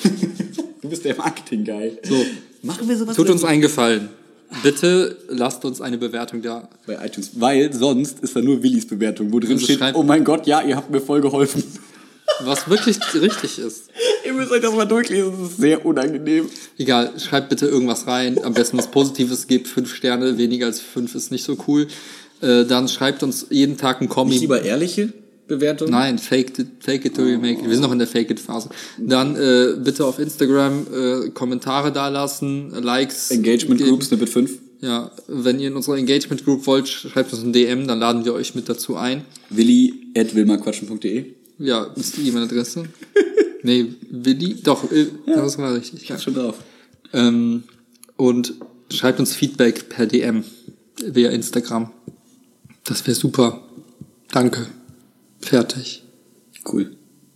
Du bist der Marketing-Guy. So, machen wir sowas tut uns einen Gefallen. Bitte lasst uns eine Bewertung da. Bei iTunes. Weil sonst ist da nur Willis Bewertung, wo drin Also steht, schreibt, oh mein Gott, ja, ihr habt mir voll geholfen. Was wirklich richtig ist. Ihr müsst euch das mal durchlesen, das ist sehr unangenehm. Egal, schreibt bitte irgendwas rein. Am besten was Positives gibt. Fünf Sterne, weniger als fünf ist nicht so cool. Äh, dann schreibt uns jeden Tag ein Kommi. Nicht lieber ehrliche Bewertung? Nein, fake it, fake it till you make it. Wir sind noch in der Fake-it-Phase. Dann äh, bitte auf Instagram äh, Kommentare dalassen, Likes. Engagement geben. Group, Snippet fünf. Ja, wenn ihr in unserer Engagement Group wollt, schreibt uns ein D M, dann laden wir euch mit dazu ein. Willi at wilmaquatschen punkt de. Ja, ist die E-Mail-Adresse? Nee, Willi, doch, äh, ja, das war richtig. Ich hab schon drauf. Ähm, und schreibt uns Feedback per D M via Instagram. Das wäre super. Danke. Fertig. Cool.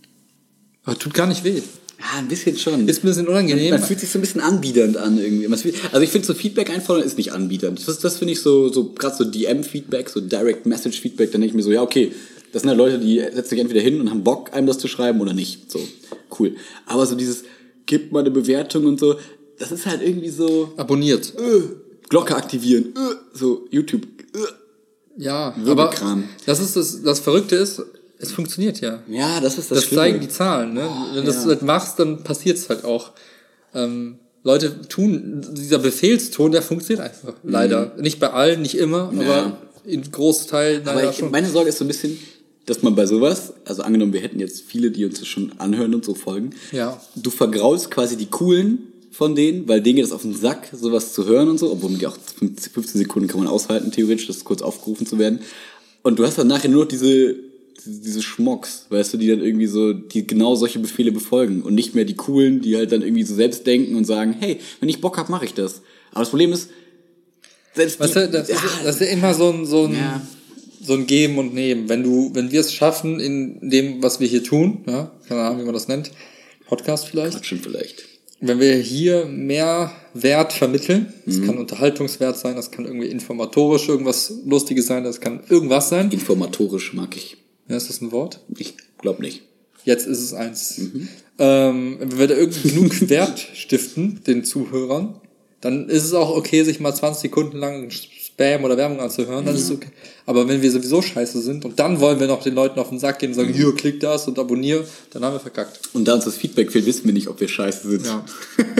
Aber tut gar nicht weh. Ja, ein bisschen schon. Ist ein bisschen unangenehm. Man, man fühlt sich so ein bisschen anbiedernd an irgendwie. Also ich finde so Feedback einfordern ist nicht anbiedernd. Das, das finde ich so, so gerade so D M-Feedback, so Direct Message Feedback, dann denke ich mir so, ja okay, das sind ja Leute, die setzen sich entweder hin und haben Bock, einem das zu schreiben oder nicht. So, cool. Aber so dieses, gib mal eine Bewertung und so, das ist halt irgendwie so... Abonniert. Äh, Glocke aktivieren. Äh, so, YouTube. Äh, ja, Wirbelkram. aber das ist das, das Verrückte ist, es funktioniert ja. Ja, das ist das Das Schlimme. zeigen die Zahlen, ne? Oh, Wenn du das ja. halt machst, dann passiert es halt auch. Ähm, Leute tun, dieser Befehlston, der funktioniert einfach. Mhm. Leider. Nicht bei allen, nicht immer, ja. aber in Großteilen leider aber ich, schon. Meine Sorge ist so ein bisschen, dass man bei sowas, also angenommen, wir hätten jetzt viele, die uns das schon anhören und so folgen, ja. du vergraulst quasi die Coolen von denen, weil denen geht es auf den Sack, sowas zu hören und so, obwohl man die auch fünfzehn Sekunden kann man aushalten, theoretisch, das kurz aufgerufen zu werden. Und du hast dann nachher nur noch diese, diese Schmocks, weißt du, die dann irgendwie so, die genau solche Befehle befolgen und nicht mehr die Coolen, die halt dann irgendwie so selbst denken und sagen, hey, wenn ich Bock hab, mache ich das. Aber das Problem ist, selbst weißt die, du, das, ja, ist, das ist ja immer so ein, so ein, ja. so ein Geben und Nehmen. Wenn du, wenn wir es schaffen in dem, was wir hier tun, ja, keine Ahnung, wie man das nennt, Podcast vielleicht. Quatschen vielleicht. Wenn wir hier mehr Wert vermitteln, das mhm. kann Unterhaltungswert sein, das kann irgendwie informatorisch irgendwas Lustiges sein, das kann irgendwas sein. Informatorisch mag ich. Ja, ist das ein Wort? Ich glaube nicht. Jetzt ist es eins. Mhm. Ähm, wenn wir da irgendwie genug Wert stiften, den Zuhörern, dann ist es auch okay, sich mal zwanzig Sekunden lang Spam oder Werbung anzuhören, dann mhm. ist es okay. Aber wenn wir sowieso scheiße sind und dann wollen wir noch den Leuten auf den Sack gehen und sagen, mhm. hier, klick das und abonnier, dann haben wir verkackt. Und da uns das Feedback fehlt, wissen wir nicht, ob wir scheiße sind. Ja.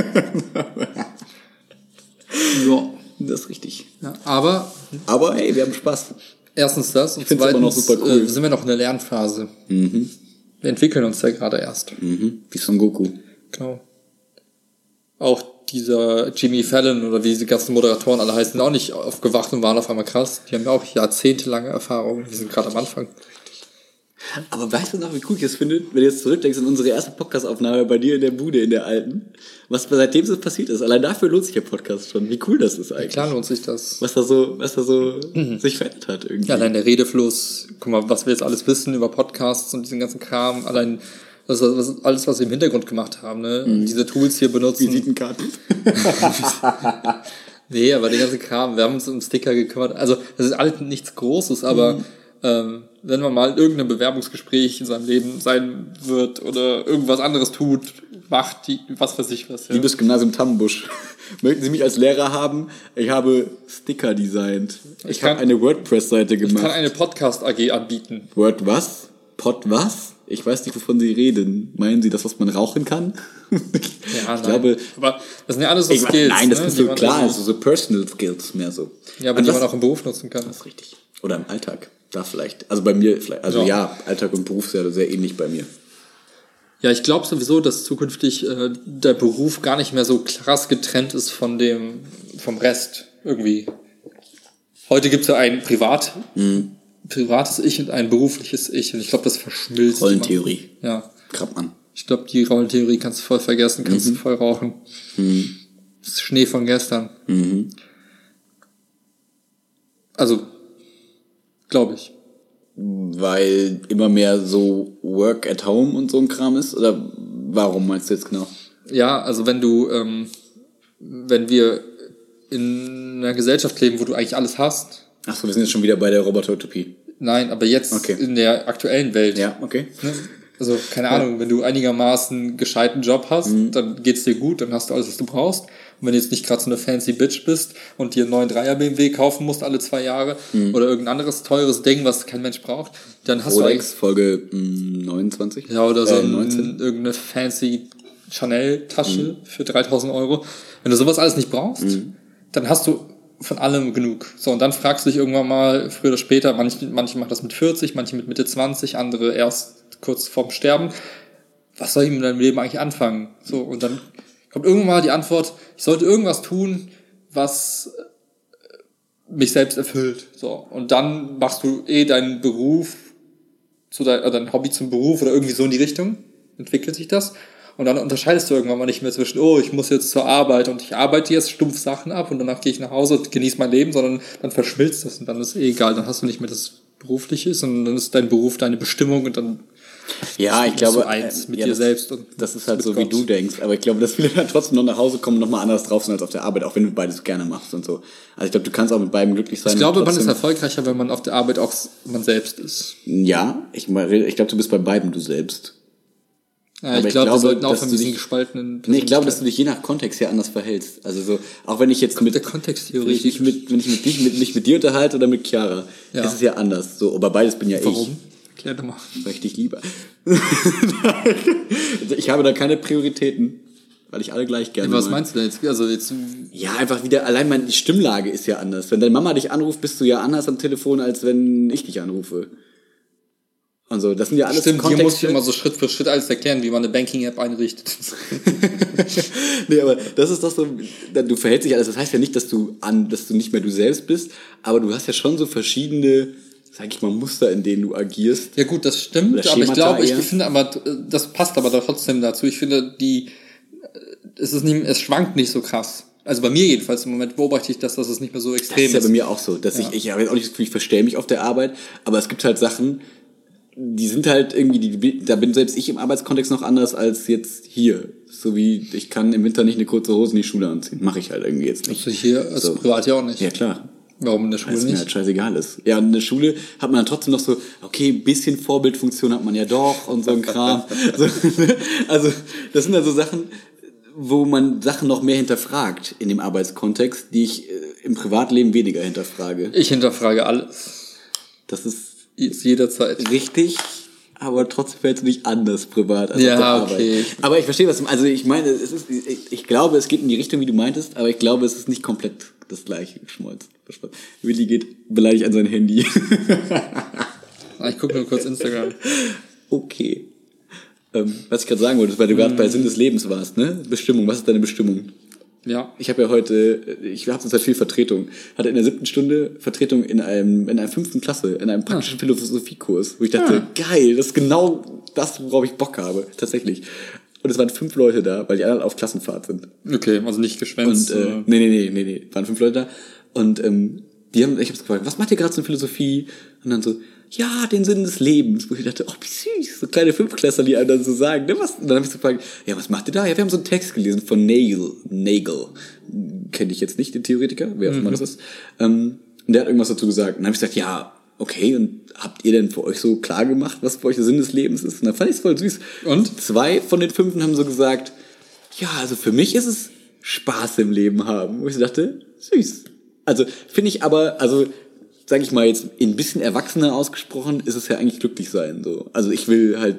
Ja. Das ist richtig. Ja, aber... Aber hey, wir haben Spaß. Erstens das und ich zweitens aber noch super cool. äh, sind wir noch in der Lernphase. Mhm. Wir entwickeln uns ja gerade erst. Mhm. Wie Son Goku. Genau. Auch dieser Jimmy Fallon oder wie diese ganzen Moderatoren alle heißen, sind auch nicht aufgewacht und waren auf einmal krass. Die haben ja auch jahrzehntelange Erfahrung. Wir sind gerade am Anfang. Aber weißt du noch, wie cool ich das finde, wenn du jetzt zurückdenkst an unsere erste Podcast-Aufnahme bei dir in der Bude, in der alten, was seitdem so passiert ist. Allein dafür lohnt sich der Podcast schon. Wie cool das ist eigentlich. Ja, klar lohnt sich das. Was da so, was da so mhm. sich verändert hat irgendwie. Ja, allein der Redefluss, guck mal, was wir jetzt alles wissen über Podcasts und diesen ganzen Kram, allein das, das alles, was wir im Hintergrund gemacht haben, ne? Mhm. Diese Tools hier benutzen. Visitenkarten. Nee, aber den ganzen Kram, wir haben uns um Sticker gekümmert. Also, das ist alles nichts Großes, aber mhm. ähm, wenn man mal in irgendeinem Bewerbungsgespräch in seinem Leben sein wird oder irgendwas anderes tut, macht, die, was weiß ich was. Ja. Liebes Gymnasium Tammenbusch, möchten Sie mich als Lehrer haben? Ich habe Sticker designt. Ich, ich habe eine WordPress-Seite gemacht. Ich kann eine Podcast-A G anbieten. Word was? Pod was? Ich weiß nicht, wovon Sie reden. Meinen Sie das, was man rauchen kann? Ja, ich nein. glaube, aber das sind ja alles so ich, Skills. Nein, das ne? ist so die klar, also so Personal Skills mehr so. Ja, aber also die das, man auch im Beruf nutzen kann. Das ist richtig. Oder im Alltag. Da vielleicht. Also bei mir vielleicht. Also ja, ja Alltag und Beruf ist ja sehr ähnlich bei mir. Ja, ich glaube sowieso, dass zukünftig äh, der Beruf gar nicht mehr so krass getrennt ist von dem, vom Rest irgendwie. Heute gibt's ja ein Privat, mhm. privates Ich und ein berufliches Ich und ich glaube, das verschmilzt. Rollentheorie. Immer. Ja. Krabmann. Ich glaube, die Rollentheorie kannst du voll vergessen, kannst mhm. du voll rauchen. Mhm. Das ist Schnee von gestern. Mhm. Also, glaube ich. Weil immer mehr so Work at Home und so ein Kram ist? Oder warum meinst du jetzt genau? Ja, also wenn du, ähm, wenn wir in einer Gesellschaft leben, wo du eigentlich alles hast. Ach so, wir sind jetzt schon wieder bei der Roboter-Utopie. Nein, aber jetzt okay. in der aktuellen Welt. Ja, okay. Ne? Also, keine Ahnung, ja. wenn du einigermaßen einen gescheiten Job hast, mhm. dann geht's dir gut, dann hast du alles, was du brauchst. Und wenn du jetzt nicht gerade so eine fancy Bitch bist und dir einen neuen Dreier B M W kaufen musst alle zwei Jahre mhm. oder irgendein anderes teures Ding, was kein Mensch braucht, dann hast Rolex, du Folge mh, neunundzwanzig. Ja, oder so äh, ein, irgendeine fancy Chanel-Tasche mhm. für dreitausend Euro. Wenn du sowas alles nicht brauchst, mhm. dann hast du von allem genug. So, und dann fragst du dich irgendwann mal, früher oder später, manche, manche machen das mit vierzig, manche mit Mitte zwanzig, andere erst kurz vorm Sterben. Was soll ich mit deinem Leben eigentlich anfangen? So, und dann kommt irgendwann mal die Antwort, ich sollte irgendwas tun, was mich selbst erfüllt. So, und dann machst du eh deinen Beruf, zu dein, oder dein Hobby zum Beruf oder irgendwie so in die Richtung, entwickelt sich das. Und dann unterscheidest du irgendwann mal nicht mehr zwischen, oh, ich muss jetzt zur Arbeit und ich arbeite jetzt stumpf Sachen ab und danach gehe ich nach Hause und genieße mein Leben, sondern dann verschmilzt das und dann ist eh egal, dann hast du nicht mehr das Berufliche, sondern dann ist dein Beruf deine Bestimmung und dann ja, ich glaube, eins mit ja, dir das, selbst. Und das ist halt so, Gott. Wie du denkst. Aber ich glaube, dass viele dann trotzdem noch nach Hause kommen und nochmal anders drauf sind als auf der Arbeit, auch wenn du beides gerne machst und so. Also ich glaube, du kannst auch mit beidem glücklich sein. Ich glaube, man ist erfolgreicher, wenn man auf der Arbeit auch man selbst ist. Ja, ich, ich glaube, du bist bei beidem du selbst. Ja, ich, ich glaube, wir sollten auch von diesen gespaltenen... Nee, ich glaube, dass du dich je nach Kontext ja anders verhältst. Also so, auch wenn ich jetzt mit... Der Kontexttheorie. Wenn ich, mit, wenn ich mit dich, mit, mich mit dir unterhalte oder mit Chiara, ja. ist es ja anders. So, aber beides bin ja Warum? ich. Warum? Klär doch mal. Weil ich dich liebe. Ich habe da keine Prioritäten, weil ich alle gleich gerne ja, was mag. meinst du denn jetzt? Also jetzt? Ja, einfach wieder, allein meine Stimmlage ist ja anders. Wenn deine Mama dich anruft, bist du ja anders am Telefon, als wenn ich dich anrufe. Also, das sind ja alles Stimmt, hier musst du immer so Schritt für Schritt alles erklären, wie man eine Banking-App einrichtet. Nee, aber das ist doch so, du verhältst dich alles. Das heißt ja nicht, dass du an, dass du nicht mehr du selbst bist, aber du hast ja schon so verschiedene, sag ich mal, Muster, in denen du agierst. Ja gut, das stimmt, aber ich glaube, ich finde aber, das passt aber trotzdem dazu. Ich finde, die, es ist nicht, es schwankt nicht so krass. Also bei mir jedenfalls im Moment beobachte ich das, dass es nicht mehr so extrem ist. Das ist ja bei mir auch so, dass ja. ich, ich habe jetzt auch nicht das Gefühl, ich verstelle mich auf der Arbeit, aber es gibt halt Sachen, die sind halt irgendwie, die, da bin selbst ich im Arbeitskontext noch anders als jetzt hier. So wie, ich kann im Winter nicht eine kurze Hose in die Schule anziehen. Mache ich halt irgendwie jetzt nicht. Also hier, also so. Privat ja auch nicht. Ja, klar. Warum in der Schule Weil es nicht? mir halt scheißegal ist. Ja, in der Schule hat man dann trotzdem noch so, okay, ein bisschen Vorbildfunktion hat man ja doch und so ein Kram. So, also, das sind also Sachen, wo man Sachen noch mehr hinterfragt in dem Arbeitskontext, die ich im Privatleben weniger hinterfrage. Ich hinterfrage alles. Das ist Jetzt jederzeit. Richtig, aber trotzdem fällt es nicht anders privat als ja, auf der Arbeit. Okay. Aber ich verstehe, was du meinst. Also ich meine, es ist, ich, ich glaube, es geht in die Richtung, wie du meintest, aber ich glaube, es ist nicht komplett das gleiche geschmolzen. Willi geht beleidigt an sein Handy. Ich gucke nur kurz Instagram. Okay. Ähm, was ich gerade sagen wollte, weil du gerade mm. bei Sinn des Lebens warst, ne? Bestimmung, was ist deine Bestimmung? Ja. Ich habe ja heute, ich habe zurzeit viel Vertretung, hatte in der siebten Stunde Vertretung in einem, in einer fünften Klasse, in einem praktischen ah. Philosophiekurs, wo ich dachte, ah. geil, das ist genau das, worauf ich Bock habe, tatsächlich. Und es waren fünf Leute da, weil die anderen auf Klassenfahrt sind. Okay, also nicht geschwänzt. Und, äh, nee, nee, nee, nee, nee, waren fünf Leute da. Und ähm, die haben, ich hab's gefragt, was macht ihr gerade so in Philosophie? Und dann so, ja, den Sinn des Lebens. Wo ich dachte, oh, wie süß, so kleine Fünftklässler, die einem dann so sagen. Ne, was? Und dann habe ich so gefragt, ja, was macht ihr da? Ja, wir haben so einen Text gelesen von Nagel. Nagel. Kenne ich jetzt nicht, den Theoretiker, wer auch immer mhm. das ist. Ähm, und der hat irgendwas dazu gesagt. Und dann habe ich gesagt, ja, okay, und habt ihr denn für euch so klar gemacht, was für euch der Sinn des Lebens ist? Und dann fand ich es voll süß. Und zwei von den Fünfen haben so gesagt, ja, also für mich ist es Spaß im Leben haben. Wo ich so dachte, süß. Also finde ich aber, also sag ich mal jetzt ein bisschen erwachsener ausgesprochen, ist es ja eigentlich glücklich sein. So. Also ich will halt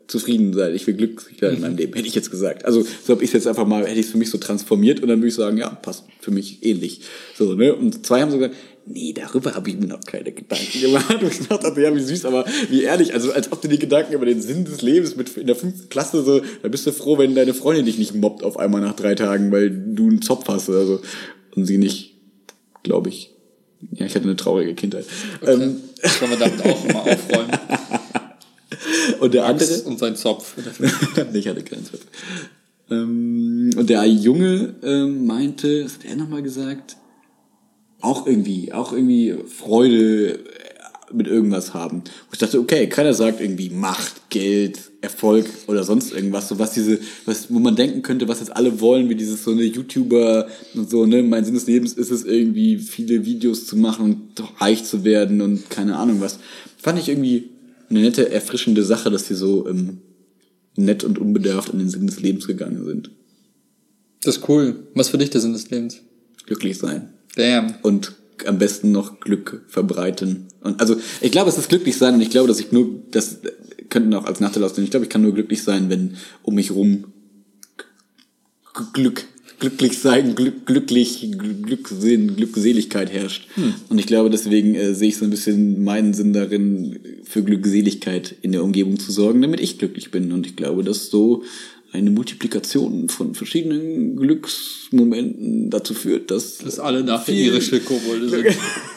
zufrieden sein, ich will glücklich sein in meinem Leben, hätte ich jetzt gesagt. Also so habe ich es jetzt einfach mal, hätte ich es für mich so transformiert und dann würde ich sagen, ja, passt für mich ähnlich. So, ne? Und zwei haben so gesagt, nee, darüber habe ich mir noch keine Gedanken gemacht. Und ich dachte, ja, wie süß, aber wie ehrlich, also als ob du die Gedanken über den Sinn des Lebens mit in der fünften Klasse so, da bist du froh, wenn deine Freundin dich nicht mobbt auf einmal nach drei Tagen, weil du einen Zopf hast oder so. Und sie nicht, glaube ich. Ja, ich hatte eine traurige Kindheit. Okay. Ähm, Sollen wir damit auch mal aufräumen? Und der andere? Und sein Zopf. Ich hatte keinen Zopf. Ähm, und der Junge ähm, meinte, was hat er nochmal gesagt? Auch irgendwie, auch irgendwie Freude mit irgendwas haben. Und ich dachte, okay, keiner sagt irgendwie Macht, Geld, Erfolg oder sonst irgendwas, so was diese, was, wo man denken könnte, was jetzt alle wollen, wie dieses so eine YouTuber und so, ne, mein Sinn des Lebens ist es irgendwie, viele Videos zu machen und doch reich zu werden und keine Ahnung was. Fand ich irgendwie eine nette, erfrischende Sache, dass die so ähm, nett und unbedarft an den Sinn des Lebens gegangen sind. Das ist cool. Was für dich der Sinn des Lebens? Glücklich sein. Damn. Und am besten noch Glück verbreiten. Und also, ich glaube, es ist glücklich sein und ich glaube, dass ich nur, das könnten auch als Nachteil aussehen. Ich glaube, ich kann nur glücklich sein, wenn um mich rum Glück, glücklich sein, Glück, glücklich, Glücksinn, Glückseligkeit herrscht. Hm. Und ich glaube, deswegen äh, sehe ich so ein bisschen meinen Sinn darin, für Glückseligkeit in der Umgebung zu sorgen, damit ich glücklich bin. Und ich glaube, dass so eine Multiplikation von verschiedenen Glücksmomenten dazu führt, dass... Dass alle nachher ihre Kobolde sind.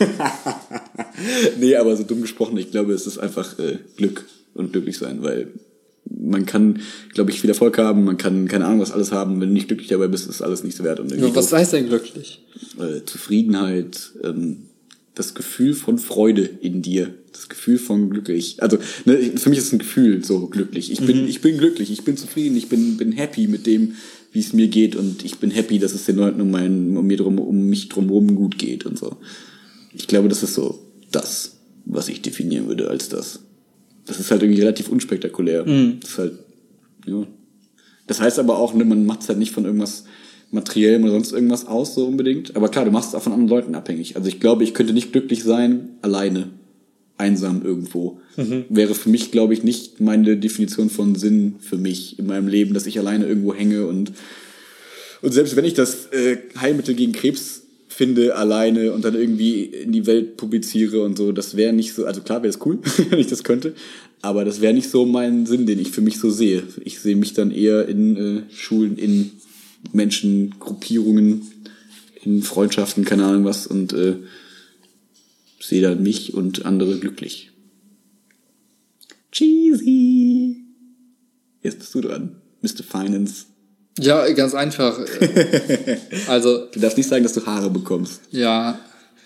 Nee, aber so dumm gesprochen, ich glaube, es ist einfach äh, Glück und glücklich sein, weil man kann, glaube ich, viel Erfolg haben, man kann, keine Ahnung, was alles haben, wenn du nicht glücklich dabei bist, ist alles nichts wert. Und ja, was heißt denn glücklich? Äh, Zufriedenheit, ähm, das Gefühl von Freude in dir, das Gefühl von glücklich. Also ne, für mich ist es ein Gefühl so glücklich. Ich bin, mhm. ich bin glücklich, ich bin zufrieden, ich bin, bin happy mit dem, wie es mir geht und ich bin happy, dass es den Leuten um, mein, um, mir drum, um mich drumherum gut geht und so. Ich glaube, das ist so das, was ich definieren würde als das. Das ist halt irgendwie relativ unspektakulär. Mhm. Das ist halt, ja. Das heißt aber auch, ne, man macht es halt nicht von irgendwas Materiellem oder sonst irgendwas aus, so unbedingt. Aber klar, du machst es auch von anderen Leuten abhängig. Also ich glaube, ich könnte nicht glücklich sein, alleine, einsam irgendwo. Mhm. Wäre für mich, glaube ich, nicht meine Definition von Sinn für mich in meinem Leben, dass ich alleine irgendwo hänge und und selbst wenn ich das äh, Heilmittel gegen Krebs finde, alleine und dann irgendwie in die Welt publiziere und so, das wäre nicht so, also klar wäre es cool, wenn ich das könnte, aber das wäre nicht so mein Sinn, den ich für mich so sehe. Ich sehe mich dann eher in äh, Schulen, in Menschen, Gruppierungen, in Freundschaften, keine Ahnung was und äh, sehe dann mich und andere glücklich. Cheesy. Jetzt bist du dran, Mister Finance. Ja, ganz einfach. Also du darfst nicht sagen, dass du Haare bekommst. Ja.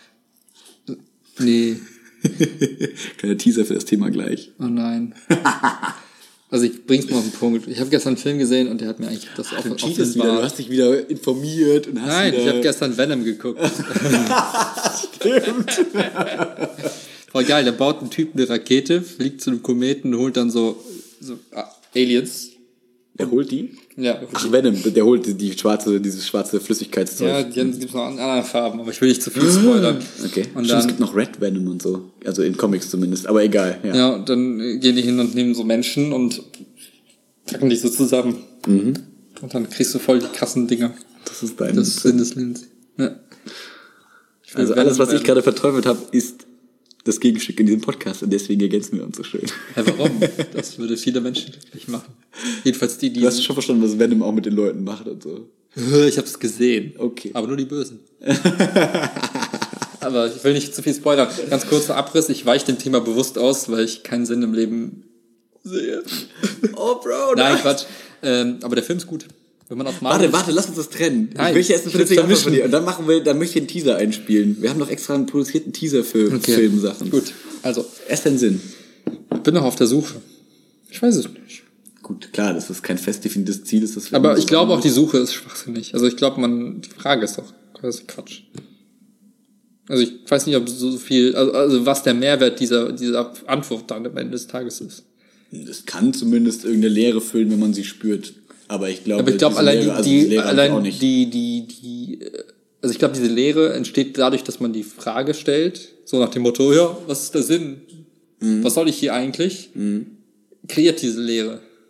Nee. Kleiner Teaser für das Thema gleich. Oh nein. Also ich bring's mal auf den Punkt. Ich habe gestern einen Film gesehen und der hat mir eigentlich das Ach, auch offenbart. Wieder, du hast dich wieder informiert und hast Nein, wieder... ich habe gestern Venom geguckt. Stimmt. Voll geil, da baut ein Typ eine Rakete, fliegt zu einem Kometen und holt dann so, so ah, Aliens. Er holt die? Ja. Ach, Venom, der holt die schwarze, dieses schwarze Flüssigkeitszeug. Ja, die gibt es noch in anderen Farben, aber ich will nicht zu viel spoilern. Okay. Und Stimmt, dann, es gibt noch Red Venom und so. Also in Comics zumindest, aber egal. Ja, ja und dann gehen die hin und nehmen so Menschen und packen die so zusammen. Mhm. Und dann kriegst du voll die krassen Dinger. Das ist dein... Das ist Sinn des Lebens. Ja. Also alles, was ich gerade verteufelt habe, ist das Gegenstück in diesem Podcast und deswegen ergänzen wir uns so schön. Ja, warum? Das würde viele Menschen glücklich machen. Jedenfalls die, die... Du hast schon verstanden, was Venom auch mit den Leuten macht und so. Ich hab's gesehen. Okay. Aber nur die Bösen. Aber ich will nicht zu viel spoilern. Ganz kurzer Abriss. Ich weiche dem Thema bewusst aus, weil ich keinen Sinn im Leben sehe. Oh, Bro. Nein, Quatsch. Ähm, aber der Film ist gut. Wenn man auf warte, warte, lass uns das trennen. Nein, ich möchte erst eine vernünftige Antwort von dir. Und dann machen wir, dann möchte ich einen Teaser einspielen. Wir haben doch extra einen produzierten Teaser für okay. Filmsachen. Gut, also. Erst den Sinn. Ich bin noch auf der Suche. Ich weiß es nicht. Gut, klar, das ist kein fest definiertes Ziel. Ist das aber ich glaube auch, die Suche ist schwachsinnig. Also ich glaube, man, die Frage ist doch quasi Quatsch. Also ich weiß nicht, ob so viel, also, also was der Mehrwert dieser, dieser Antwort dann am Ende des Tages ist. Das kann zumindest irgendeine Leere füllen, wenn man sie spürt. Aber ich glaube, aber ich glaube allein Lehre, die, die, also die allein auch nicht. die, die, die, also ich glaube, diese Lehre entsteht dadurch, dass man die Frage stellt, so nach dem Motto, ja, was ist der Sinn? Mhm. Was soll ich hier eigentlich? Mhm. Kreiert diese Lehre.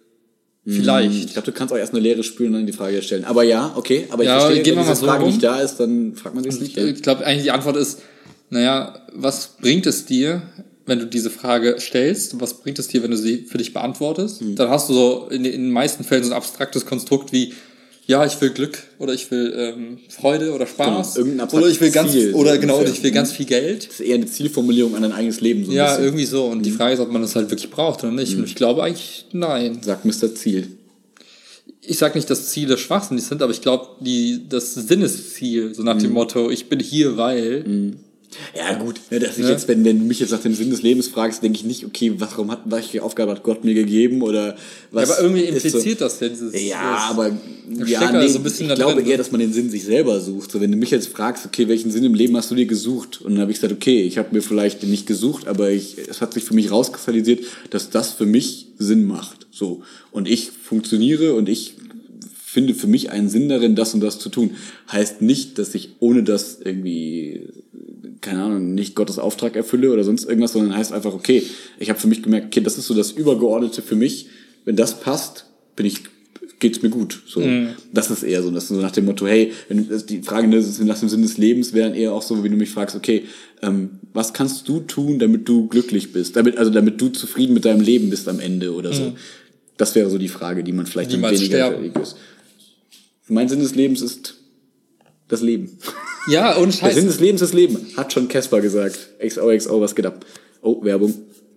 Vielleicht. Ich glaube, du kannst auch erst eine Leere spüren und dann die Frage stellen. Aber ja, okay, aber ich ja, verstehe, wenn diese so Frage rum. nicht da ist, dann fragt man sich nicht. Ja. Ich glaube, eigentlich die Antwort ist, naja, was bringt es dir, wenn du diese Frage stellst? Was bringt es dir, wenn du sie für dich beantwortest? Mhm. Dann hast du so in, in den meisten Fällen so ein abstraktes Konstrukt wie, ja, ich will Glück oder ich will ähm, Freude oder Spaß genau, oder ich will ganz Ziel, oder so genau oder ungefähr. ich will ganz viel Geld. Das ist eher eine Zielformulierung an dein eigenes Leben. So ein ja, bisschen. irgendwie so. Und mhm. die Frage ist, ob man das halt wirklich braucht oder nicht. Mhm. Und ich glaube eigentlich, nein. Sagt Mister Ziel. Ich sag nicht, dass Ziele schwachsinnig sind, aber ich glaube, die das Sinnesziel, so nach mhm. dem Motto, ich bin hier, weil... Mhm. Ja gut, dass ich ja. jetzt, wenn, wenn du mich jetzt nach dem Sinn des Lebens fragst, denke ich nicht, okay, warum hat, welche Aufgabe hat Gott mir gegeben oder was. Ja, aber irgendwie impliziert so, das ja dieses. Ja, das, aber ja, nee, so ein bisschen ich glaube drin, eher, dass man den Sinn sich selber sucht. So, wenn du mich jetzt fragst, okay, welchen Sinn im Leben hast du dir gesucht? Und dann habe ich gesagt, okay, ich habe mir vielleicht den nicht gesucht, aber ich, es hat sich für mich rauskristallisiert, dass das für mich Sinn macht. So. Und ich funktioniere und ich finde für mich einen Sinn darin, das und das zu tun. Heißt nicht, dass ich ohne das irgendwie, keine Ahnung, nicht Gottes Auftrag erfülle oder sonst irgendwas, sondern heißt einfach, okay, ich habe für mich gemerkt, okay, das ist so das Übergeordnete für mich. Wenn das passt, bin ich, geht's mir gut. So, mm. Das ist eher so, das ist so nach dem Motto, hey, wenn die Frage nach dem Sinn des Lebens wäre dann eher auch so, wie du mich fragst, okay, ähm, was kannst du tun, damit du glücklich bist, damit also damit du zufrieden mit deinem Leben bist am Ende oder so. Mm. Das wäre so die Frage, die man vielleicht dann weniger ist. Mein Sinn des Lebens ist das Leben. Ja, und Scheiße. Der Sinn des Lebens ist Leben, hat schon Casper gesagt. X O X O, was geht ab? Oh, Werbung.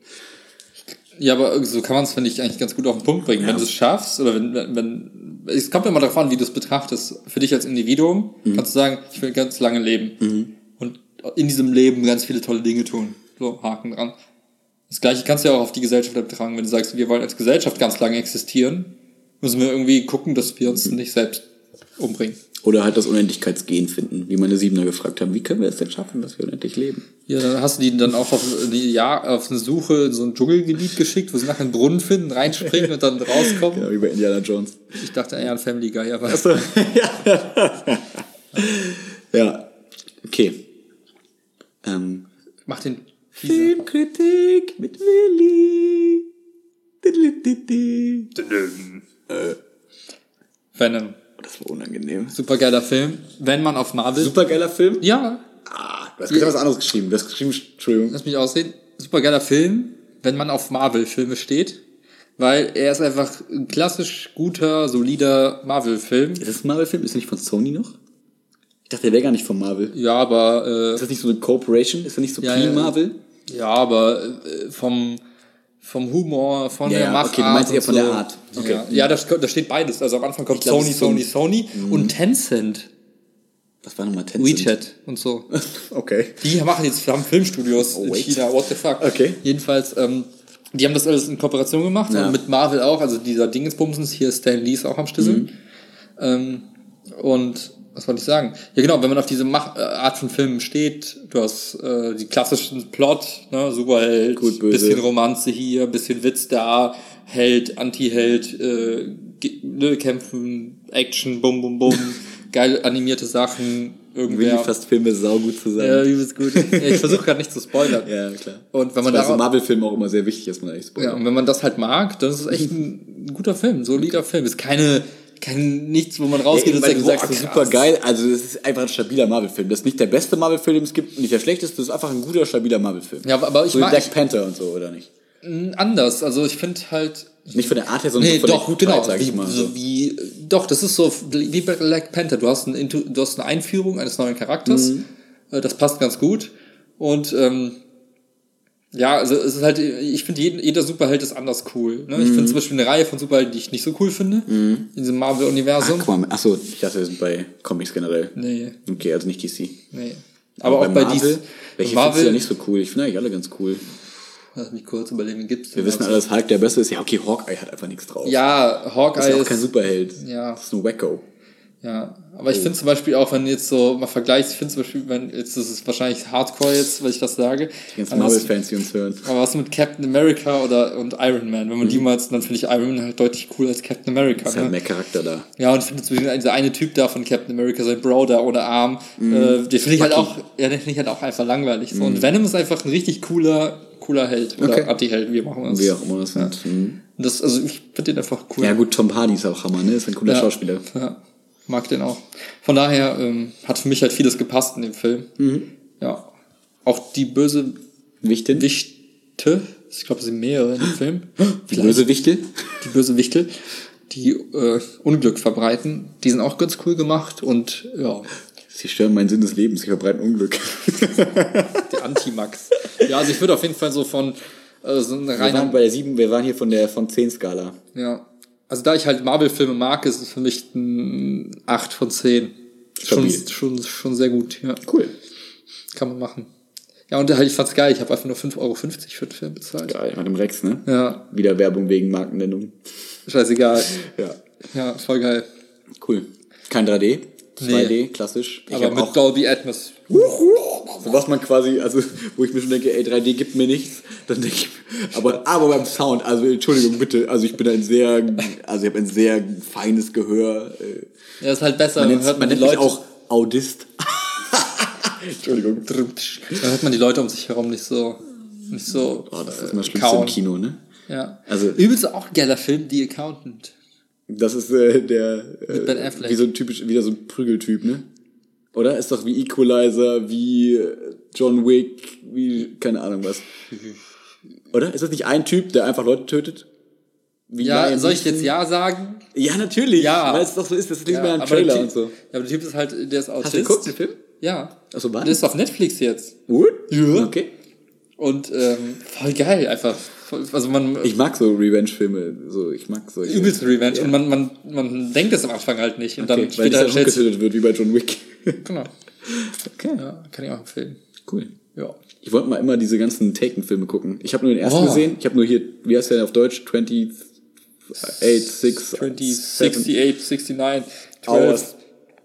Ja, aber so kann man es, finde ich, eigentlich ganz gut auf den Punkt bringen. Ja. Wenn du es schaffst, oder wenn, wenn, es kommt immer darauf an, wie du es betrachtest. Für dich als Individuum mhm. kannst du sagen, ich will ganz lange leben. Mhm. Und in diesem Leben ganz viele tolle Dinge tun. So, Haken dran. Das Gleiche kannst du ja auch auf die Gesellschaft übertragen. Wenn du sagst, wir wollen als Gesellschaft ganz lange existieren, müssen wir irgendwie gucken, dass wir uns mhm. nicht selbst umbringen. Oder halt das Unendlichkeitsgehen finden, wie meine Siebener gefragt haben. Wie können wir es denn schaffen, dass wir unendlich leben? Ja, dann hast du die dann auch auf, die, ja, auf eine Suche in so ein Dschungelgebiet geschickt, wo sie nachher einen Brunnen finden, reinspringen und dann rauskommen. Genau, wie bei Indiana Jones. Ich dachte eher an Family Guy, aber... Achso, ja. Ja, okay. Ähm, Mach den Teaser. Filmkritik mit Willi. Äh. Venom. Das war unangenehm. Supergeiler Film. Wenn man auf Marvel... Supergeiler Film? Ja. Ah, du hast ja. was anderes geschrieben. Du hast geschrieben, Entschuldigung. Lass mich aussehen. Supergeiler Film, wenn man auf Marvel-Filme steht. Weil er ist einfach ein klassisch guter, solider Marvel-Film. Ist das ein Marvel-Film? Ist er nicht von Sony noch? Ich dachte, der wäre gar nicht von Marvel. Ja, aber... Äh, ist das nicht so eine Corporation? Ist das nicht so ja, Clean Marvel? Ja, aber äh, vom... Vom Humor, von ja, der Machart. Okay, du meinst eher von so. der Art. Okay. Ja, ja da, da steht beides. Also am Anfang kommt glaub, Sony, Sony, Sony mhm. und Tencent. Was war nochmal Tencent? WeChat und so. Okay. Die machen jetzt, haben Filmstudios oh, in China, what the fuck. Okay. Jedenfalls, ähm, die haben das alles in Kooperation gemacht ja. und mit Marvel auch. Also dieser Dingensbumsens, hier ist Stan Lee ist auch am Schlüssel. Mhm. Ähm, und was wollte ich sagen? Ja genau, wenn man auf diese Mach- Art von Filmen steht, du hast äh, die klassischen Plot, ne, Superheld, Gut, böse. Bisschen Romanze hier, bisschen Witz da, Held, Anti-Held, äh, ne, Kämpfen, Action, bum bum bum, geil animierte Sachen, irgendwer. Wie fast Filme saugut zusammen. Ja, übelst gut. Ja, ich versuche gerade nicht zu spoilern. Ja, klar. Und wenn man das ist bei Marvel-Filmen auch immer sehr wichtig, dass man da nicht spoilert. Ja, und wenn man das halt mag, dann ist es echt ein guter Film, solider Film. Ist keine Kein, nichts, wo man rausgeht ja, und sagt, du sagst, das ist super geil. Also, das ist einfach ein stabiler Marvel-Film. Das ist nicht der beste Marvel-Film, den es gibt, nicht der schlechteste. Das ist einfach ein guter, stabiler Marvel-Film. Ja, aber ich so mag... Black Panther und so, oder nicht? Anders. Also, ich finde halt... Nicht von der Art her, sondern nee, von doch, der Gut, genau, sag ich wie, mal. So wie, doch, das ist so wie Black Panther. Du hast, ein, du hast eine Einführung eines neuen Charakters. Mhm. Das passt ganz gut. Und, ähm, ja, also es ist halt, ich finde, jeder, jeder Superheld ist anders cool. Ne? Ich mm. finde zum Beispiel eine Reihe von Superhelden, die ich nicht so cool finde, mm. in diesem Marvel-Universum. Ach, achso, ich dachte, wir sind bei Comics generell. Nee. Okay, also nicht D C. Nee. Aber, Aber auch bei Marvel, D C. Welche findest du ja nicht so cool? Ich finde eigentlich alle ganz cool. Lass mich kurz überlegen, wen gibt's denn? Wir wissen alle, dass Hulk der Beste ist. Ja, okay, Hawkeye hat einfach nichts drauf. Ja, Hawkeye ist... Das ist ja auch kein Superheld. Ja. Das ist ein Wacko. Ja, aber ich oh. finde zum Beispiel auch, wenn jetzt so mal vergleichst, ich finde zum Beispiel, wenn jetzt das ist wahrscheinlich Hardcore jetzt, weil ich das sage. Die ganzen Marvel-Fans, die uns hören. Aber was mit Captain America oder und Iron Man? Wenn man mhm. die mal, dann finde ich Iron Man halt deutlich cooler als Captain America. Ist halt ne? mehr Charakter da. Ja, und ich finde zum Beispiel dieser eine Typ da von Captain America, sein Bro da ohne Arm, mhm. äh, den finde ich halt auch, ja, den finde ich halt auch einfach langweilig. So. Mhm. Und Venom ist einfach ein richtig cooler, cooler Held oder okay. Anti-Held, wie machen wir das? Wie auch immer das sind. Ja. Mhm. Und das, also ich finde den einfach cool. Ja gut, Tom Hardy ist auch Hammer, ne? Ist ein cooler ja, Schauspieler. Ja, mag den auch. Von daher ähm, hat für mich halt vieles gepasst in dem Film. Mhm. Ja. Auch die böse Wichtin? Wichte, ich glaube, es sind mehrere in dem Film. Die böse Wichtel? Die böse Wichtel, die äh, Unglück verbreiten. Die sind auch ganz cool gemacht und ja. Sie stören meinen Sinn des Lebens, sie verbreiten Unglück. Der Anti-Max. Ja, also ich würde auf jeden Fall so von äh, so eine reine... Wir waren bei der sieben, wir waren hier von der von zehn Skala. Ja. Also da ich halt Marvel-Filme mag, ist es für mich ein acht von zehn. Schon, schon, schon sehr gut, ja. Cool. Kann man machen. Ja, und halt, ich fand's geil. Ich habe einfach nur fünf Euro fünfzig für den Film bezahlt. Geil, mit dem Rex, ne? Ja. Wieder Werbung wegen Markennennung. Scheißegal. Ja. Ja, voll geil. Cool. Kein drei D, zwei D, Nee. klassisch. Ich Aber hab mit auch, Dolby Atmos. so was man quasi, also wo ich mir schon denke, ey, drei D gibt mir nichts, dann denke ich, aber, aber beim Sound, also Entschuldigung bitte, also ich bin ein sehr, also ich habe ein sehr feines Gehör. äh, Ja, ist halt besser. Man Man nennt, hört man man die nennt mich Leute. auch Audist. Entschuldigung. Da hört man die Leute um sich herum nicht so, nicht so. Oh, das ist äh, immer das Schlimmste im kauen. Kino, ne? Ja. Also- übelst auch ein geiler Film, The Accountant. Das ist äh, der, äh, Ben Affleck. wie so ein typisch, wieder so ein Prügeltyp, ne? Oder? Ist doch wie Equalizer, wie äh, John Wick, wie, keine Ahnung was. Oder? Ist das nicht ein Typ, der einfach Leute tötet? Wie Ja, Liam soll ich Neeson? jetzt ja sagen? Ja, natürlich. Ja. Weil es doch so ist, das ist nicht Ja, mehr ein aber der Trailer Typ, und so. Ja, aber der Typ ist halt, der ist Autist. Hast du geguckt, den Film? Ja. Ach so, wann? Der ist auf Netflix jetzt. Gut? Ja. Okay. Und ähm, voll geil, einfach. Voll, also man Ich mag so Revenge-Filme, so, ich mag solche. übelst Revenge Ja. und man, man, man denkt es am Anfang halt nicht. Und Okay, dann weil später das dann stellt getötet wird, wie bei John Wick. Genau. Okay. Ja, kann ich auch empfehlen. Cool. Ja. Ich wollte mal immer diese ganzen Taken-Filme gucken. Ich habe nur den ersten Oh. gesehen. Ich habe nur hier, wie heißt der auf Deutsch? zwanzig, acht, sechs, zwanzig, seven sechsundachtzig, neunundachtzig, zwölf, Hours.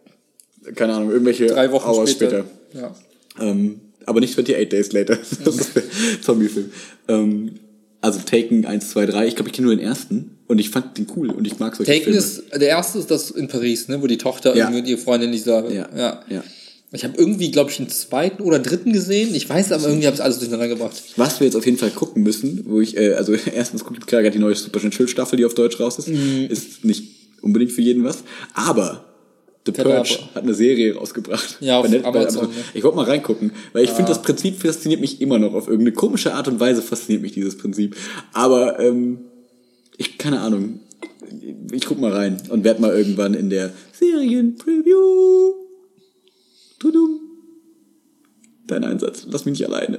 Keine Ahnung, irgendwelche drei Wochen Hours später. später. Ja. Ähm, aber nicht twenty-eight Days Later. Das ist der Zombie-Film. Ähm, also Taken eins, zwei, drei. Ich glaube, ich kenne nur den ersten. Und ich fand den cool. Und ich mag solche Taken Filme. ist, der erste ist das in Paris, ne, wo die Tochter Ja. irgendwie mit ihrer Freundin dieser, Ja, ja. ja. Ich habe irgendwie, glaube ich, einen zweiten oder dritten gesehen. Ich weiß, aber irgendwie habe ich alles durcheinander gebracht. Was wir jetzt auf jeden Fall gucken müssen, wo ich, äh, also erstens guckt klar gerade die neue Superschnell-Staffel, die auf Deutsch raus ist. Mhm. Ist nicht unbedingt für jeden was. Aber The Kadaver. Purge hat eine Serie rausgebracht. Ja, auf Bei Net- bei Amazon, Amazon. ne? Ich wollte mal reingucken, weil ich finde, das Prinzip fasziniert mich immer noch. Auf irgendeine komische Art und Weise fasziniert mich dieses Prinzip. Aber, ähm, ich, keine Ahnung. Ich guck mal rein und werd mal irgendwann in der Serien-Preview. Tudum. Dein Einsatz. Lass mich nicht alleine.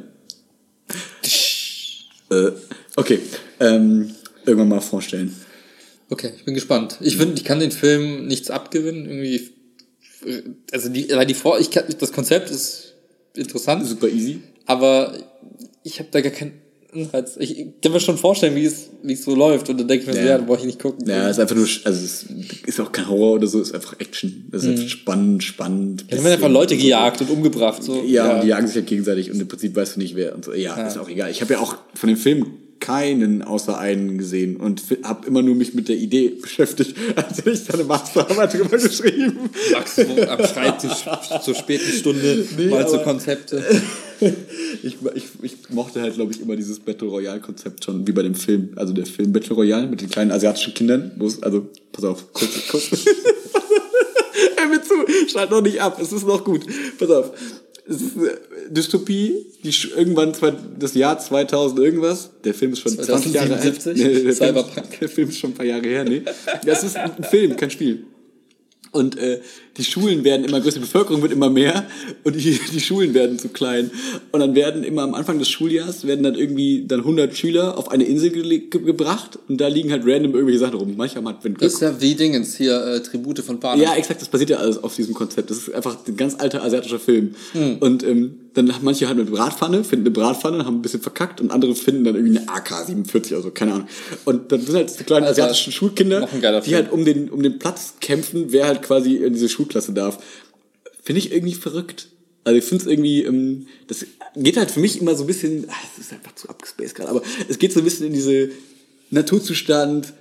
äh, okay. Ähm, irgendwann mal vorstellen. Okay, ich bin gespannt. Ich finde, ich kann den Film nichts abgewinnen. Irgendwie, also die, weil die Vor, ich kann, das Konzept ist interessant, Super easy. aber ich habe da gar keinen Anreiz. Ich, ich kann mir schon vorstellen, wie es, wie es so läuft, und dann denke ich mir so, Ja. ja, da brauche ich nicht gucken. Ja, es ist einfach nur, also es ist auch kein Horror oder so, es ist einfach Action. Es ist einfach spannend, spannend. Da werden einfach Leute gejagt und umgebracht. So. Ja, und die jagen sich halt gegenseitig und im Prinzip weißt du nicht, wer. Und so. Ja, Ja. ist auch egal. Ich habe ja auch von dem Film keinen außer einen gesehen und habe immer nur mich mit der Idee beschäftigt, als hätte ich eine Masterarbeit drüber geschrieben. Max wo am Schreibtisch zur späten Stunde Nee, mal so aber- Konzepte. Ich, ich, ich mochte halt, glaube ich, immer dieses Battle Royale-Konzept schon, wie bei dem Film. Also der Film Battle Royale mit den kleinen asiatischen Kindern, wo es, also, pass auf, kurz, kurz. Hör mir zu, schalt noch nicht ab, es ist noch gut. Pass auf. Es ist eine Dystopie, die sch- irgendwann zwei, das Jahr zweitausend irgendwas. Der Film ist schon zwanzig Jahre alt. zweitausendsiebenundsiebzig? Nee, der, Film, Cyberpunk. der Film ist schon ein paar Jahre her, nee. Das ist ein Film, kein Spiel. Und äh, die Schulen werden immer größer, die Bevölkerung wird immer mehr und die, die Schulen werden zu klein. Und dann werden immer am Anfang des Schuljahres werden dann irgendwie dann hundert Schüler auf eine Insel gele- ge gebracht und da liegen halt random irgendwelche Sachen rum. Manchmal hat wenn Das Glück. ist ja wie Dingens hier, äh, Tribute von Panem. Ja, exakt, das basiert ja alles auf diesem Konzept. Das ist einfach ein ganz alter asiatischer Film. Und ähm, dann haben manche halt eine Bratpfanne, finden eine Bratpfanne, haben ein bisschen verkackt und andere finden dann irgendwie eine A K siebenundvierzig oder so, keine Ahnung. Und dann sind halt die kleinen Alter, asiatischen Schulkinder, noch ein geiler die Film. halt um den, um den Platz kämpfen, wer halt quasi in diese Schulklasse darf. Finde ich irgendwie verrückt. Also ich finde es irgendwie, ähm, das geht halt für mich immer so ein bisschen, ach, das ist einfach zu abgespaced gerade, aber es geht so ein bisschen in diese Naturzustand,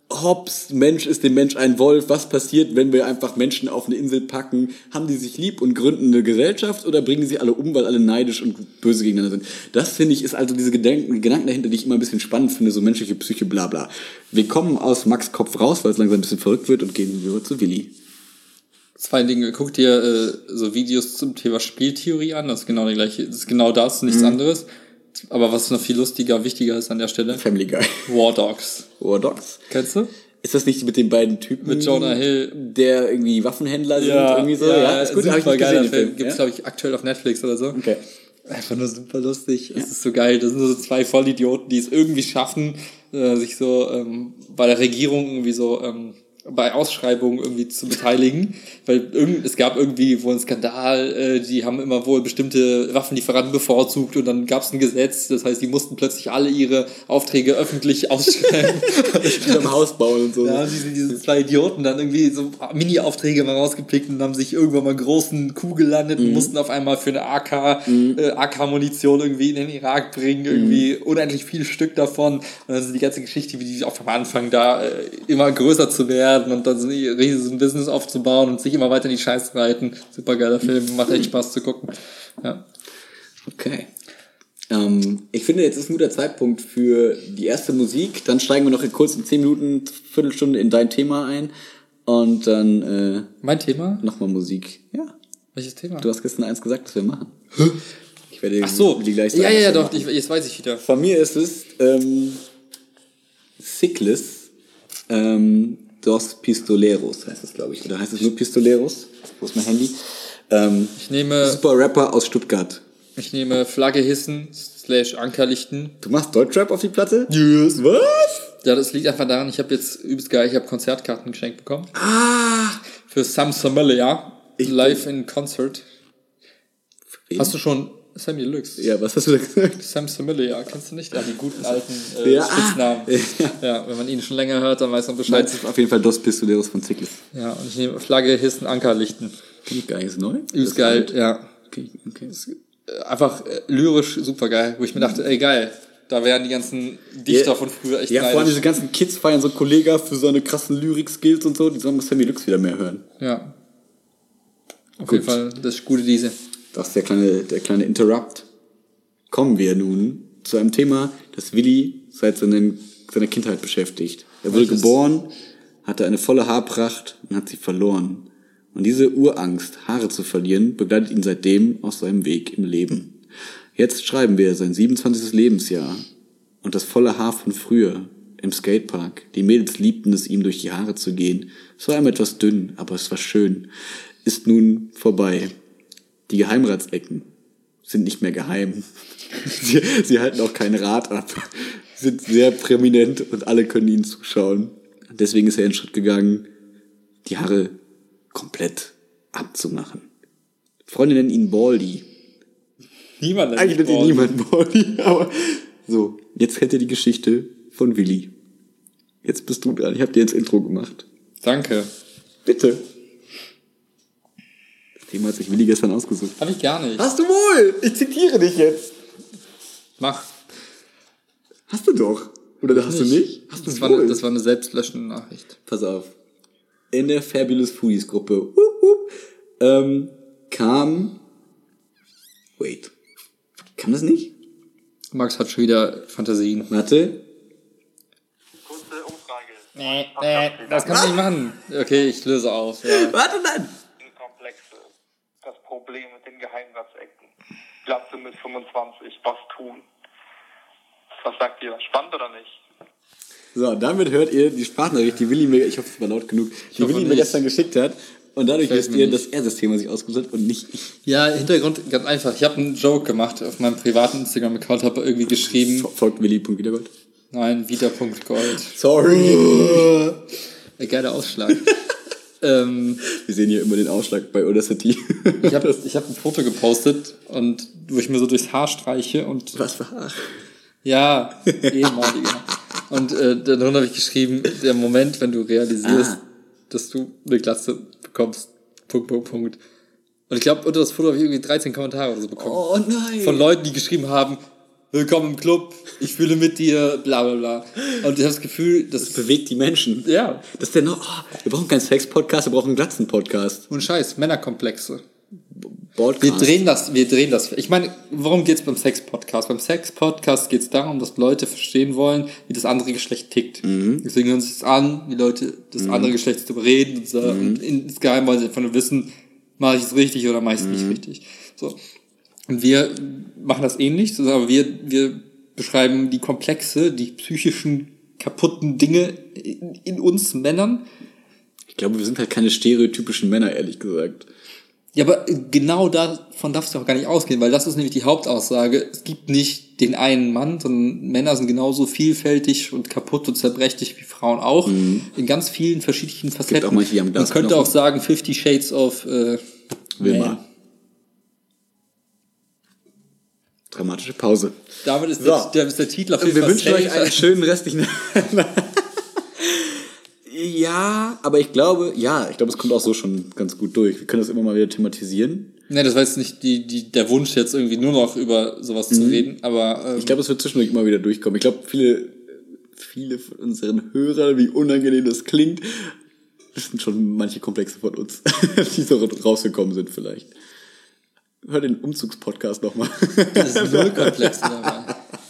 Hops, Mensch ist dem Mensch ein Wolf. Was passiert, wenn wir einfach Menschen auf eine Insel packen? Haben die sich lieb und gründen eine Gesellschaft oder bringen sie alle um, weil alle neidisch und böse gegeneinander sind? Das, finde ich, ist also diese Gedanken, Gedanken dahinter, die ich immer ein bisschen spannend finde, so menschliche Psyche, bla bla. Wir kommen aus Max' Kopf raus, weil es langsam ein bisschen verrückt wird und gehen rüber zu Willi. Zwei Dinge. Guck dir äh, so Videos zum Thema Spieltheorie an. Das ist genau die gleiche. Das ist genau das, nichts mhm. anderes. Aber was noch viel lustiger, wichtiger ist an der Stelle. Family Guy. War Dogs. War Dogs. Kennst du? Ist das nicht mit den beiden Typen? Mit Jonah Hill. Der irgendwie Waffenhändler sind, ja, irgendwie so? Ja, ja ist gut. super Hab ich nicht geiler gesehen, Film. Film. Gibt's, ja? glaube ich, aktuell auf Netflix oder so. Okay. Einfach nur super lustig. Es ja. ist so geil. Das sind so zwei Vollidioten, die es irgendwie schaffen, äh, sich so ähm, bei der Regierung irgendwie so ähm, bei Ausschreibungen irgendwie zu beteiligen, weil irgend, es gab irgendwie wohl einen Skandal, äh, die haben immer wohl bestimmte Waffenlieferanten bevorzugt und dann gab es ein Gesetz, das heißt, die mussten plötzlich alle ihre Aufträge öffentlich ausschreiben. Am Haus bauen und so. Ja, diese, diese zwei Idioten dann irgendwie so Mini-Aufträge mal rausgepickt und haben sich irgendwann mal einen großen Coup gelandet und mhm. mussten auf einmal für eine A K, mhm. äh, A K-Munition irgendwie in den Irak bringen, irgendwie mhm. unendlich viele Stück davon. Und dann ist die ganze Geschichte, wie die auf am Anfang da äh, immer größer zu werden und dann so ein riesiges Business aufzubauen und sich immer weiter in die Scheiße reiten. Super geiler Film, macht echt Spaß zu gucken. Ja. Okay. Ähm, ich finde, jetzt ist ein guter Zeitpunkt für die erste Musik. Dann steigen wir noch in kurz in zehn Minuten, Viertelstunde in dein Thema ein. Und dann äh, mein Thema? Nochmal Musik. Ja. Welches Thema? Du hast gestern eins gesagt, das wir machen. Ich werde Ach so. die gleich sagen, ja, ja, ja, doch, ich, jetzt weiß ich wieder. Von mir ist es ähm, Sickless ähm, Dos Pistoleros heißt es, glaube ich. Oder heißt es nur Pistoleros? Wo ist mein Handy? Ähm, ich nehme... Super Rapper aus Stuttgart. Ich nehme Flagge hissen slash Ankerlichten. Du machst Deutschrap auf die Platte? Yes. Was? Ja, das liegt einfach daran, ich habe jetzt übelst geil, ich habe Konzertkarten geschenkt bekommen. Ah! Für Sam Somalia. Ich Live in Concert. Hast du schon Sammy Deluxe? Ja, was hast du da gesagt? Sam Somalia, kennst du nicht? Ja, die guten alten äh, ja. Spitznamen. Ja. Ja, wenn man ihn schon länger hört, dann weiß man Bescheid. Das ist auf jeden Fall Dos Pistoleros von Sickless. Ja, und ich nehme Flagge hissen Ankerlichten. Finde ich geil, ist neu? Übelst geil, alt? Ja. Okay, okay. Einfach äh, lyrisch super geil, wo ich mir dachte, ey geil, da wären die ganzen Dichter ja, von früher echt ja, neidisch. vor allem diese ganzen Kids feiern so Kollega für so eine krassen Lyrik-Skills und so, die sollen Sammy Deluxe wieder mehr hören. Ja. Auf Gut. jeden Fall, das ist gute diese. Das ist der kleine, der kleine Interrupt. Kommen wir nun zu einem Thema, das Willi seit seinen, seiner Kindheit beschäftigt. Er wurde Welches? geboren, hatte eine volle Haarpracht und hat sie verloren. Und diese Urangst, Haare zu verlieren, begleitet ihn seitdem auf seinem Weg im Leben. Jetzt schreiben wir sein siebenundzwanzigstes Lebensjahr und das volle Haar von früher im Skatepark. Die Mädels liebten es, ihm durch die Haare zu gehen. Es war ihm etwas dünn, aber es war schön. Ist nun vorbei. Die Geheimratsecken sind nicht mehr geheim. sie, sie halten auch keinen Rat ab. Sind sehr prominent und alle können ihnen zuschauen. Deswegen ist er einen Schritt gegangen, die Haare komplett abzumachen. Freunde nennen ihn Baldy. Niemand nennt Eigentlich nennt ihn niemand Baldy, aber so, jetzt kennt ihr die Geschichte von Willi. Jetzt bist du dran. Ich habe dir jetzt Intro gemacht. Danke. Bitte. Das Thema hat sich Willi gestern ausgesucht. Hab ich gar nicht. Hast du wohl? Ich zitiere dich jetzt. Mach. Hast du doch. Oder hast nicht. du nicht? Hast das, war eine, das war eine selbstlöschende Nachricht. Pass auf. In der Fabulous Foodies Gruppe wup, wup, ähm, kam... Wait. Kam das nicht? Max hat schon wieder Fantasien. Warte. Kurze Umfrage. Nee, nee, das kann man nicht machen. Okay, ich löse auf. Ja. Warte, nein. Komplexe. Das Problem mit den Geheimratsecken. Glatze mit fünfundzwanzig. Was tun? Was sagt ihr? Spannend oder nicht? So, damit hört ihr die Sprachnachricht, die Willi mir, ich hoffe, es war laut genug, die Willi mir gestern geschickt hat. Und dadurch wisst ihr, dass er das Thema sich ausgesucht hat und nicht ich. Ja, Hintergrund ganz einfach. Ich habe einen Joke gemacht auf meinem privaten Instagram-Account, habe irgendwie geschrieben... Folgt Willi.wiedergold? Nein, wieder.gold. Sorry. Ein geiler Ausschlag. ähm, Wir sehen hier immer den Ausschlag bei Audacity. ich habe ich hab ein Foto gepostet, und wo ich mir so durchs Haar streiche und... Was für Haar? Ja, ehemaliger. Und äh, darunter habe ich geschrieben, der Moment, wenn du realisierst, ah. dass du eine Glatze bekommst. Punkt, Punkt, Punkt. Und ich glaube, unter das Foto habe ich irgendwie dreizehn Kommentare oder so bekommen. Oh nein. Von Leuten, die geschrieben haben, willkommen im Club, ich fühle mit dir, bla bla bla. Und ich habe das Gefühl, das, Das bewegt die Menschen. Ja. Das ist ja noch, oh, wir brauchen keinen Sex-Podcast, wir brauchen einen Glatzen-Podcast. Und Scheiß, Männerkomplexe. Podcast. Wir drehen das, wir drehen das. Ich meine, worum geht's beim Sex-Podcast? Beim Sex-Podcast geht's darum, dass Leute verstehen wollen, wie das andere Geschlecht tickt. Mhm. Deswegen hören sie es an, wie Leute das mhm. andere Geschlecht darüber reden und, so, mhm. und insgeheim wollen sie einfach nur wissen, mache ich es richtig oder mache ich es mhm. nicht richtig. So. Und wir machen das ähnlich, aber wir, wir beschreiben die Komplexe, die psychischen kaputten Dinge in, in uns Männern. Ich glaube, wir sind halt keine stereotypischen Männer, ehrlich gesagt. Ja, aber genau davon darfst du auch gar nicht ausgehen, weil das ist nämlich die Hauptaussage. Es gibt nicht den einen Mann, sondern Männer sind genauso vielfältig und kaputt und zerbrechlich wie Frauen auch. Mhm. In ganz vielen verschiedenen Facetten. Gibt auch manche, die haben Man könnte auch sagen Fifty Shades of äh, Wilma. Dramatische Pause. Damit ist, so. der, der, ist der Titel auf jeden Wir Fall wünschen euch einen schönen restlichen... Ja, aber ich glaube, ja, ich glaube, es kommt auch so schon ganz gut durch. Wir können das immer mal wieder thematisieren. Ne, das war jetzt nicht die, die, der Wunsch, jetzt irgendwie nur noch über sowas mhm. zu reden, aber... Ähm, ich glaube, es wird zwischendurch immer wieder durchkommen. Ich glaube, viele, viele von unseren Hörern, wie unangenehm das klingt, wissen schon manche Komplexe von uns, die so rausgekommen sind vielleicht. Hör den Umzugspodcast nochmal. Das ist null Komplexe dabei.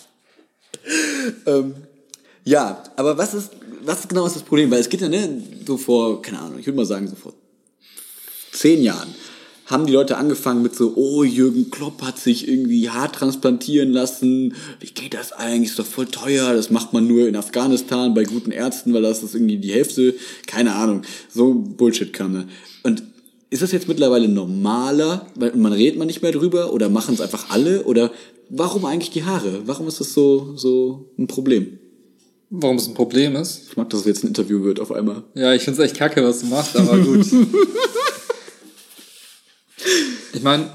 ähm, ja, aber was ist... Was genau ist das Problem? Weil es geht ja, ne, so vor, keine Ahnung, ich würde mal sagen, so vor zehn Jahren haben die Leute angefangen mit so, oh, Jürgen Klopp hat sich irgendwie Haar transplantieren lassen. Wie geht das eigentlich? Ist doch voll teuer. Das macht man nur in Afghanistan bei guten Ärzten, weil das ist irgendwie die Hälfte. Keine Ahnung. So Bullshit kam da. Und ist das jetzt mittlerweile normaler? Weil man redet man nicht mehr drüber? Oder machen es einfach alle? Oder warum eigentlich die Haare? Warum ist das so, so ein Problem? Warum es ein Problem ist? Ich mag, dass es jetzt ein Interview wird auf einmal. Ja, ich find's echt kacke, was du machst, aber gut. Ich meine,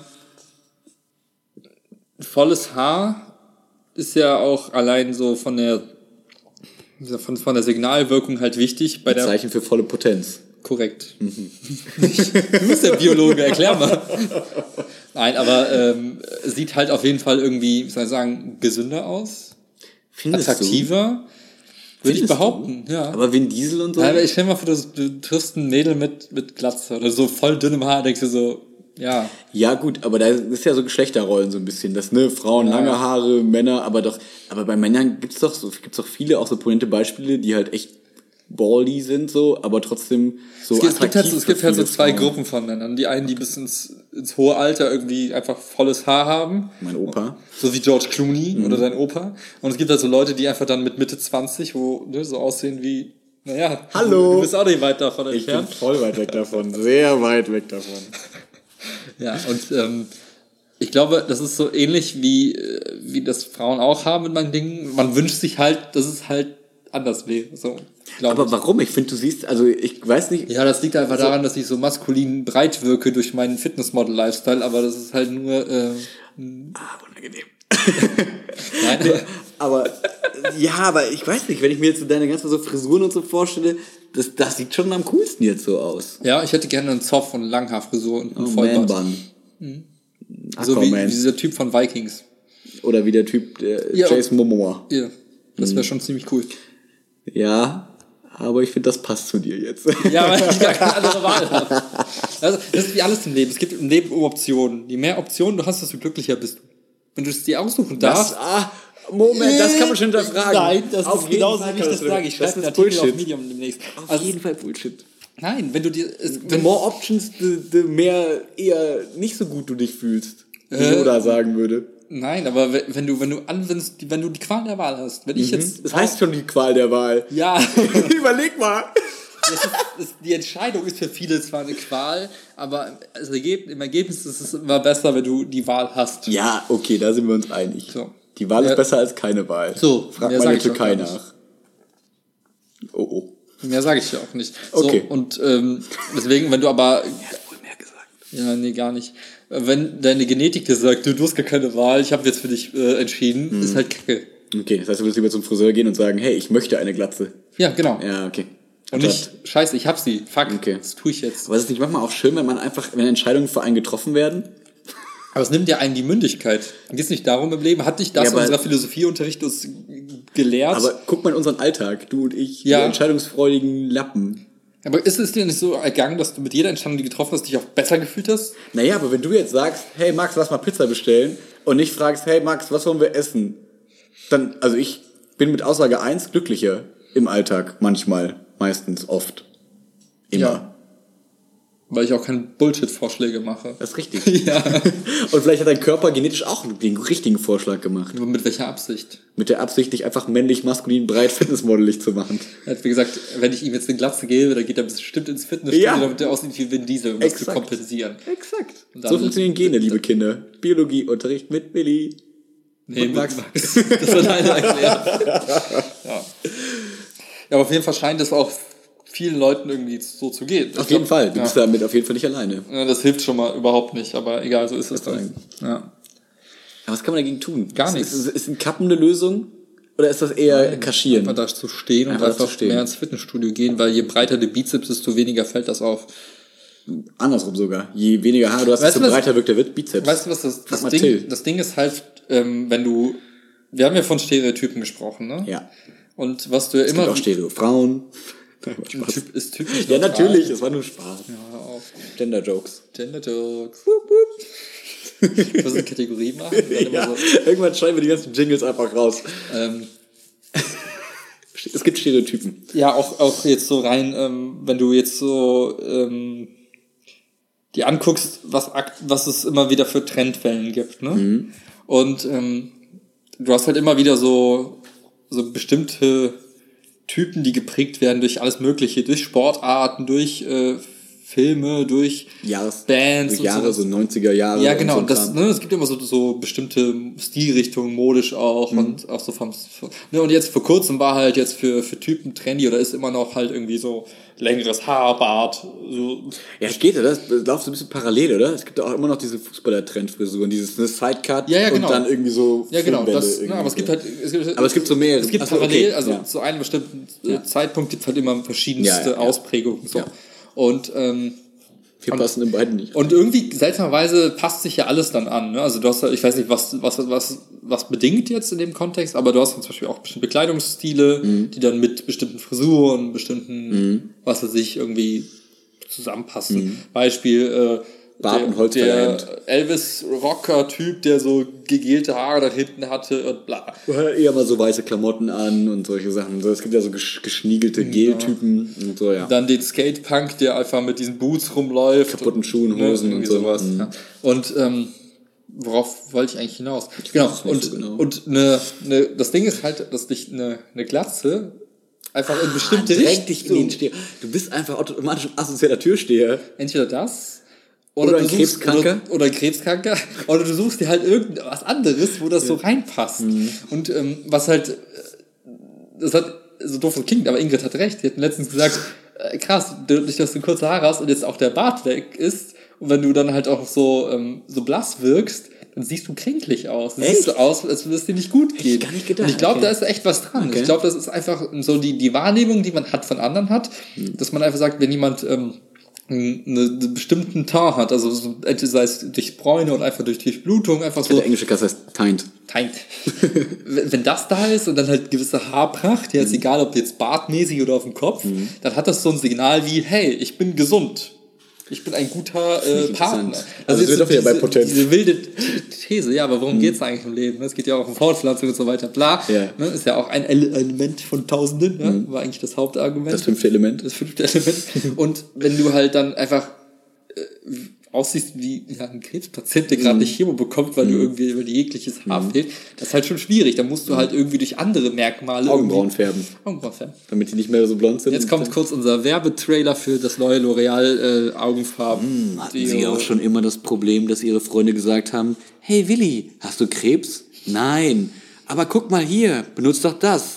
volles Haar ist ja auch allein so von der von, von der Signalwirkung halt wichtig. Bei ein der Zeichen für volle Potenz. Korrekt. Mhm. Du bist der Biologe, erklär mal. Nein, aber ähm, sieht halt auf jeden Fall irgendwie, wie soll ich sagen, gesünder aus. Findest attraktiver. Du? Würde ich behaupten, du? ja. Aber Vin Diesel und so? Ja, aber ich stell mal vor, du, du triffst ein Mädel mit, mit Glatze oder so voll dünnem Haar, denkst du so, ja. Ja, gut, aber da ist ja so Geschlechterrollen so ein bisschen, das, ne, Frauen, ja. lange Haare, Männer, aber doch, aber bei Männern gibt's doch so, gibt's doch viele auch so prominente Beispiele, die halt echt baldy sind so, aber trotzdem so es gibt, attraktiv. Es gibt halt, es gibt halt so zwei Frauen. Gruppen von Männern. Die einen, die bis ins, ins hohe Alter irgendwie einfach volles Haar haben. Mein Opa. So wie George Clooney mhm. oder sein Opa. Und es gibt halt so Leute, die einfach dann mit Mitte zwanzig, wo ne, so aussehen wie, naja, hallo. Du bist auch nicht weit davon entfernt. Ich bin voll weit weg davon, sehr weit weg davon. Ja, und ähm, ich glaube, das ist so ähnlich wie, wie das Frauen auch haben mit manchen Dingen. Man wünscht sich halt, dass es halt anders wäre. So, aber ich. warum? Ich finde, du siehst, also ich weiß nicht. Ja, das liegt einfach so daran, dass ich so maskulin breit wirke durch meinen Fitnessmodel-Lifestyle, aber das ist halt nur... Äh, ah, unangenehm. Nein, aber, ja, aber ich weiß nicht, wenn ich mir jetzt so deine ganzen so Frisuren und so vorstelle, das, das sieht schon am coolsten jetzt so aus. Ja, ich hätte gerne einen Zopf und Langhaarfrisur und einen oh, Vollbart. Mhm. So wie, wie dieser Typ von Vikings. Oder wie der Typ, der ja, Jason Momoa. Ja, das wäre mhm. schon ziemlich cool. Ja, aber ich finde, das passt zu dir jetzt. Ja, weil ich gar keine andere Wahl habe. Also, das ist wie alles im Leben. Es gibt im Leben Optionen. Je mehr Optionen du hast, desto glücklicher bist du. Wenn du es dir aussuchen darfst... Das, ah, Moment, das kann man schon hinterfragen. Nein, das auf ist genauso, wie ich das sage. Ich schreibe einen Artikel Bullshit. auf Medium demnächst. Auf also, jeden Fall Bullshit. Nein, wenn du dir... Es, the more options, the, the mehr eher nicht so gut du dich fühlst. Wie äh, Yoda sagen würde. Nein, aber wenn du, wenn du anwendest, wenn du die Qual der Wahl hast, wenn ich mhm. jetzt... Das heißt schon die Qual der Wahl. Ja. Überleg mal. Das ist, das, die Entscheidung ist für viele zwar eine Qual, aber das Ergebnis, im Ergebnis ist es immer besser, wenn du die Wahl hast. Ja, okay, da sind wir uns einig. So. Die Wahl ja. ist besser als keine Wahl. So, frag mal in der Türkei nach. Oh, oh. Mehr sage ich ja auch nicht. So, okay. Und ähm, deswegen, wenn du aber... Er hat wohl mehr gesagt. Ja, nee, gar nicht. Wenn deine Genetik dir sagt, du, du hast gar keine Wahl, ich habe jetzt für dich äh, entschieden, hm. ist halt kacke. Okay, das heißt, du willst lieber zum Friseur gehen und sagen, hey, ich möchte eine Glatze. Ja, genau. Ja, okay. Und nicht, scheiße, ich hab sie, fuck, okay. das tue ich jetzt. Aber ist es nicht manchmal auch schön, wenn man einfach, wenn Entscheidungen für einen getroffen werden? Aber es nimmt ja einem die Mündigkeit. Geht es nicht darum im Leben? Hat dich das Ja, in unserer Philosophieunterricht uns gelehrt? Aber guck mal in unseren Alltag, du und ich, Ja. die entscheidungsfreudigen Lappen. Aber ist es dir nicht so ergangen, dass du mit jeder Entscheidung, die du getroffen hast, dich auch besser gefühlt hast? Naja, aber wenn du jetzt sagst, hey Max, lass mal Pizza bestellen und nicht fragst, hey Max, was wollen wir essen? Dann, also ich bin mit Aussage eins glücklicher im Alltag, manchmal, meistens, oft. Immer. Ja. Weil ich auch keine Bullshit-Vorschläge mache. Das ist richtig. Ja. Und vielleicht hat dein Körper genetisch auch den richtigen Vorschlag gemacht. Aber mit welcher Absicht? Mit der Absicht, dich einfach männlich, maskulin, breit, fitnessmodelig zu machen. Er hat wie gesagt, wenn ich ihm jetzt eine Glatze gebe, dann geht er bestimmt ins Fitnessstudio, Ja. damit er aussieht wie Vin Diesel, um das zu Exakt. kompensieren. Exakt. Und dann- So funktionieren Gene, liebe Kinder. Biologieunterricht mit Willi. Nee, Und mit Max. Max. Das wird einer erklärt. Ja. Ja, aber auf jeden Fall scheint es auch vielen Leuten irgendwie so zu gehen. Auf Ich jeden glaub, Fall. Du ja. bist damit auf jeden Fall nicht alleine. Ja, das hilft schon mal überhaupt nicht, aber egal, so ist es dann. Ja. Aber was kann man dagegen tun? Gar ist, nichts. Ist, ist ein Kappen eine Lösung? Oder ist das eher kaschieren? Einfach da zu stehen und Einfach einfach zu stehen. mehr ins Fitnessstudio gehen, weil je breiter der Bizeps, desto weniger fällt das auf. Andersrum sogar. Je weniger Haare du hast, Weißt desto du, was- breiter wirkt der Bizeps. Weißt du, was das, das mal Ding, Till. das Ding ist halt, ähm, wenn du, wir haben ja von Stereotypen gesprochen, ne? Ja. Und was du ja Es immer, gibt auch Stereo-Frauen. ein Typ ist Typ nicht Ja, neutral. natürlich. Das war nur Spaß. Hör auf. Gender-Jokes. Gender Jokes. Wup, wup. Was eine Kategorie machen? Und dann immer Ja, so, irgendwann schreiben wir die ganzen Jingles einfach raus. ähm, Es gibt Stereotypen. ja, auch, auch jetzt so rein, ähm, wenn du jetzt so, ähm, die anguckst, was, akt- was es immer wieder für Trendwellen gibt, ne? Mhm. Und, ähm, du hast halt immer wieder so, so bestimmte Typen, die geprägt werden durch alles Mögliche, durch Sportarten, durch, äh, Filme, durch Jahres, Bands durch und Jahre, so. so neunziger Jahre. Ja, und genau. so Und das, Kram. ne, es gibt immer so, so bestimmte Stilrichtungen, modisch auch Mhm. und auch so vom, ne, und jetzt vor kurzem war halt jetzt für, für Typen trendy oder ist immer noch halt irgendwie so längeres Haar, Bart, so. Ja, es geht, oder? Das läuft so ein bisschen parallel, oder? Es gibt auch immer noch diese Fußballer-Trendfrisuren, dieses ne, Sidecut Ja, ja, genau. und dann irgendwie so Ja, genau. Filmwelle Das, ne, irgendwie aber es gibt so. halt, es gibt, Aber es gibt so mehrere. Es gibt Ach so, parallel, okay, also ja. zu einem bestimmten äh, Ja. Zeitpunkt gibt es halt immer verschiedenste Ja, ja, ja. Ausprägungen, so. Ja. Und, ähm, Wir passen in beiden nicht. Und irgendwie, seltsamerweise, passt sich ja alles dann an. Ne? Also du hast ja, ich weiß nicht, was, was, was, was bedingt jetzt in dem Kontext, aber du hast zum Beispiel auch bestimmte Bekleidungsstile, Mhm. die dann mit bestimmten Frisuren, bestimmten, was weiß ich, irgendwie zusammenpassen. Beispiel, äh, Bart der, und Holzfällerhemd. der Elvis-Rocker-Typ, der so gegelte Haare da hinten hatte und bla. Oder eher mal so weiße Klamotten an und solche Sachen. So, es gibt ja so gesch geschniegelte Geltypen und so, ja. Dann den Skate-Punk, der einfach mit diesen Boots rumläuft. Kaputten Schuhen, Hosen irgendwie und so. sowas. Mhm. Ja. Und ähm, worauf wollte ich eigentlich hinaus? Genau. weiß nicht Und, so genau. und ne, ne, das Ding ist halt, dass dich eine ne Glatze einfach in bestimmte Drängt dich in den Richtung, Steher. Du bist einfach automatisch ein asozialer Türsteher. entweder das Oder ein du suchst, Krebskranker. Oder, oder ein Krebskranker. Oder du suchst dir halt irgendwas anderes, wo das so reinpasst. Mhm. Und ähm, was halt, äh, das hat so doof es klingt, aber Ingrid hat recht. Die hat letztens gesagt, äh, krass, dadurch, dass du kurze Haare hast und jetzt auch der Bart weg ist und wenn du dann halt auch so ähm, so blass wirkst, dann siehst du kränklich aus. Dann Echt? siehst du aus, als würde es dir nicht gut gehen. gar nicht gedacht, Und ich glaube, okay. da ist echt was dran. Okay. Ich glaube, das ist einfach so die, die Wahrnehmung, die man hat von anderen hat, Mhm. dass man einfach sagt, wenn jemand ähm, einen einen bestimmten Teint hat, also so, sei es durch Bräune oder einfach durch Durchblutung, einfach so Der englische Kasse heißt Tint. Teint. wenn wenn das da ist und dann halt gewisse Haarpracht, jetzt egal ob jetzt bartmäßig oder auf dem Kopf, dann hat das so ein Signal wie, hey, ich bin gesund. Ich bin ein guter äh, Partner. interessant. Also jetzt wir sind so doch wieder bei diese, Potenz. diese wilde These, ja, aber worum geht's eigentlich im Leben? Es geht ja auch um Fortpflanzung und so weiter, bla. Ja. Ne, ist ja auch ein Ele- Element von Tausenden, ne? War eigentlich das Hauptargument. Das fünfte Element. Das fünfte Element. Und wenn du halt dann einfach äh, aussiehst wie ja, ein Krebspatient, der gerade eine Chemo bekommt, weil du irgendwie weil dir jegliches Haar fehlt, das ist halt schon schwierig. Da musst du halt irgendwie durch andere Merkmale Augenbrauen irgendwie- färben. Augenbrauen färben. Damit die nicht mehr so blond sind. Jetzt kommt kurz unser Werbetrailer für das neue L'Oreal äh, Augenfarben. Hatten Sie auch schon immer das Problem, dass Ihre Freunde gesagt haben, hey Willi, hast du Krebs? Nein. Aber guck mal hier, benutzt doch das.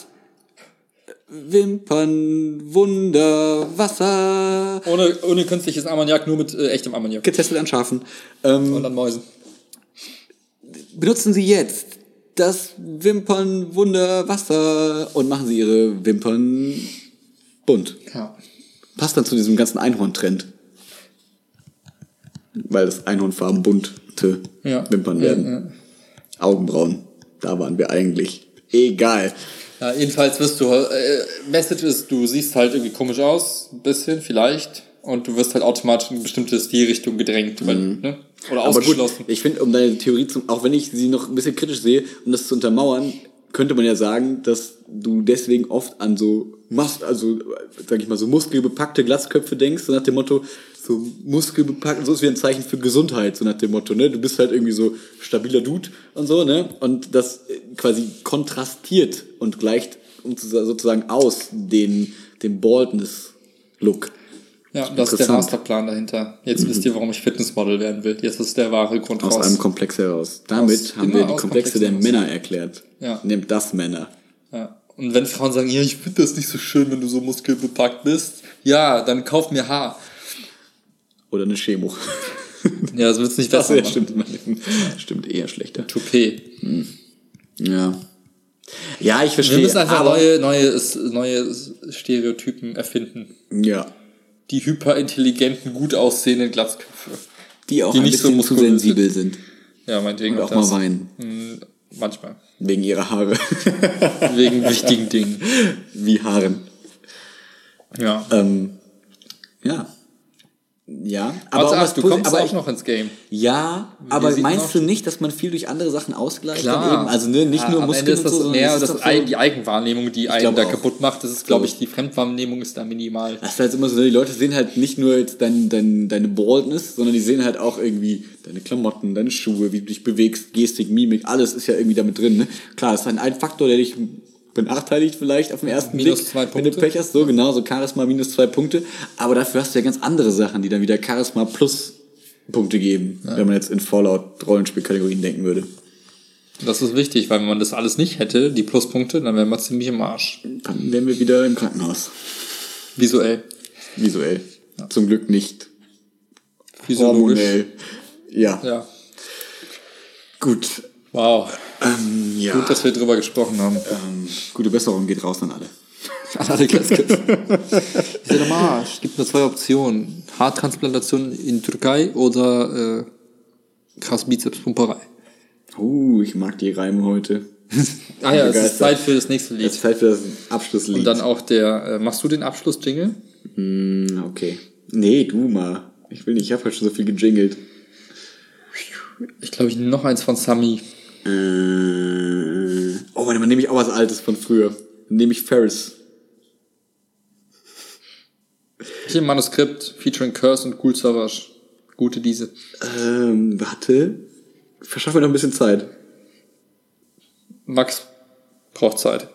Wimpern, Wunder, Wasser. Ohne, ohne künstliches Ammoniak, nur mit äh, echtem Ammoniak. Getestet an Schafen. Ähm, Und an Mäusen. benutzen Sie jetzt das Wimpern, Wunder, Wasser und machen Sie Ihre Wimpern bunt. Ja. Passt dann zu diesem ganzen Einhorn-Trend. Weil das Einhornfarben bunt Tö. Ja. Wimpern werden. Ja, ja. Augenbrauen. Da waren wir eigentlich. Egal. Ja, jedenfalls wirst du, äh, Message ist, du siehst halt irgendwie komisch aus, ein bisschen, vielleicht, und du wirst halt automatisch in eine bestimmte Stilrichtung gedrängt, weil, Mhm. ne? Oder Aber ausgeschlossen. gut, ich finde, um deine Theorie zu, auch wenn ich sie noch ein bisschen kritisch sehe, um das zu untermauern, könnte man ja sagen, dass du deswegen oft an so Mus also sag ich mal so muskelbepackte Glatzköpfe denkst, so nach dem Motto, so muskelbepackt, so ist wie ein Zeichen für Gesundheit, so nach dem Motto, ne? Du bist halt irgendwie so stabiler Dude und so, ne? Und das quasi kontrastiert und gleicht sozusagen aus den den Baldness-Look. Ja, das ist der Masterplan dahinter. Jetzt mhm. wisst ihr, warum ich Fitnessmodel werden will. Jetzt ist der wahre Grund aus raus. einem Komplex heraus. Damit aus, haben wir die Komplexe der Männer erklärt. Ja. Nehmt das Männer. Ja. Und wenn Frauen sagen, ja, ich finde das nicht so schön, wenn du so muskelbepackt bist, ja, dann kauf mir Haar. Oder eine Chemo. Ja, das wird's nicht besser das stimmt, stimmt eher schlechter. Toupet. Hm. Ja. Ja, ich verstehe. Wir müssen einfach neue, neue, neue Stereotypen erfinden. Ja. Die hyperintelligenten, gut aussehenden Glatzköpfe. Die auch die ein nicht bisschen so zu sensibel sind. Ja, meinetwegen. Und auch das. Mal weinen. Manchmal. Wegen ihrer Haare. Wegen wichtigen Dingen. Wie Haaren. Ja. Ähm, ja. Ja, aber also, ach, du kommst aber auch ich, noch ins Game. Ja, Wie aber meinst du nicht, dass man viel durch andere Sachen ausgleicht? Klar. Dann eben? Also ne, nicht ja, nur Muskeln und so, sondern mehr das das so die Eigenwahrnehmung, die einen da auch kaputt macht. Das ist, glaube ich, die Fremdwahrnehmung ist da minimal. Das ist halt immer so, die Leute sehen halt nicht nur jetzt dein, dein, deine Baldness, sondern die sehen halt auch irgendwie deine Klamotten, deine Schuhe, wie du dich bewegst, Gestik, Mimik, alles ist ja irgendwie damit drin. Ne? Klar, das ist ein, ein Faktor, der dich benachteiligt vielleicht auf den ersten minus Blick, zwei wenn du Pech hast. So, genau, so Charisma minus zwei Punkte. Aber dafür hast du ja ganz andere Sachen, die dann wieder Charisma plus Punkte geben, ja. Wenn man jetzt in Fallout-Rollenspielkategorien denken würde. Das ist wichtig, weil wenn man das alles nicht hätte, die Pluspunkte, dann wären wir ziemlich im Arsch. Dann wären wir wieder im Krankenhaus. Visuell. Visuell. Ja. Zum Glück nicht hormonell. Ja. ja. Gut. Wow. Ähm, ja. Gut, dass wir drüber gesprochen haben. Ähm, gute Besserung geht raus an alle. An alle Glatzköpfe. Ich sehe mal, es gibt nur zwei Optionen. Haartransplantation in Türkei oder äh, krass Bizepspumperei. Uh, ich mag die Reime heute. ah ja, es ist Zeit für das nächste Lied. Es ist Zeit für das Abschlusslied. Und dann auch der, äh, machst du den Abschluss-Jingle? Mm, okay. Nee, du mal. Ich will nicht, ich habe halt schon so viel gejingelt. Ich glaube, ich nehme noch eins von Sami. Äh, oh, warte mal, nehme ich auch was Altes von früher. Dann nehme ich Ferris. Hier im Manuskript, featuring Curse und Cool Savage. Gute diese. Ähm, warte. Verschaff mir noch ein bisschen Zeit. Max braucht Zeit.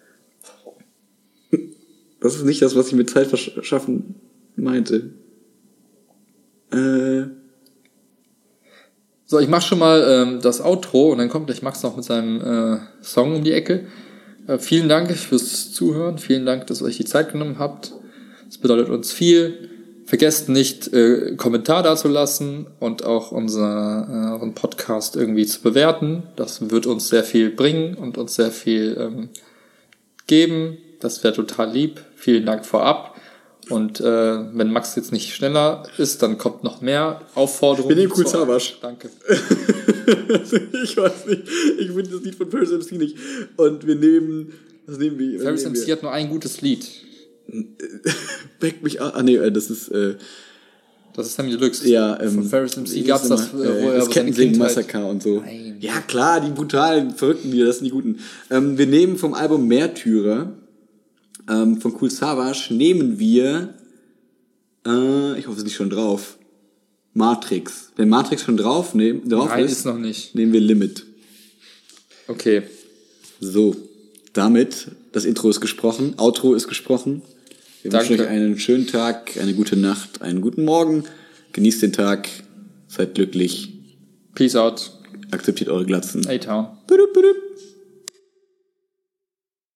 Das ist nicht das, was ich mit Zeit verschaffen meinte. Äh... So, ich mach schon mal ähm, das Outro und dann kommt gleich Max noch mit seinem äh, Song um die Ecke. Äh, vielen Dank fürs Zuhören. Vielen Dank, dass ihr euch die Zeit genommen habt. Das bedeutet uns viel. Vergesst nicht, äh, Kommentar dazulassen und auch unser, äh, unseren Podcast irgendwie zu bewerten. Das wird uns sehr viel bringen und uns sehr viel ähm, geben. Das wäre total lieb. Vielen Dank vorab. Und äh, wenn Max jetzt nicht schneller ist, dann kommt noch mehr Aufforderungen. Wir nehmen Cool Savage. Danke. Ich weiß nicht. Ich finde das Lied von Ferris M C nicht. Und wir nehmen... Was nehmen wir? Ferris M C hat nur ein gutes Lied. Back mich an. Ah, nee, das ist... Äh, das ist Sammy Deluxe. Ja, ähm, von Ferris M C gab's das, immer, wo er das Kettensägen-Massaker und so. Nein. Ja, klar, die brutalen, verrückten Lieder, das sind die guten. Ähm, wir nehmen vom Album Märtyrer ähm, von Cool Savage nehmen wir, äh, ich hoffe, es ist nicht schon drauf, Matrix. Wenn Matrix schon drauf, nehm, drauf Nein, ist, ist noch nicht. Nehmen wir Limit. Okay. So, damit, das Intro ist gesprochen, Outro ist gesprochen. Wir Danke. wünschen euch einen schönen Tag, eine gute Nacht, einen guten Morgen. Genießt den Tag, seid glücklich. Peace out. Akzeptiert eure Glatzen. A-Town. Budup, budup.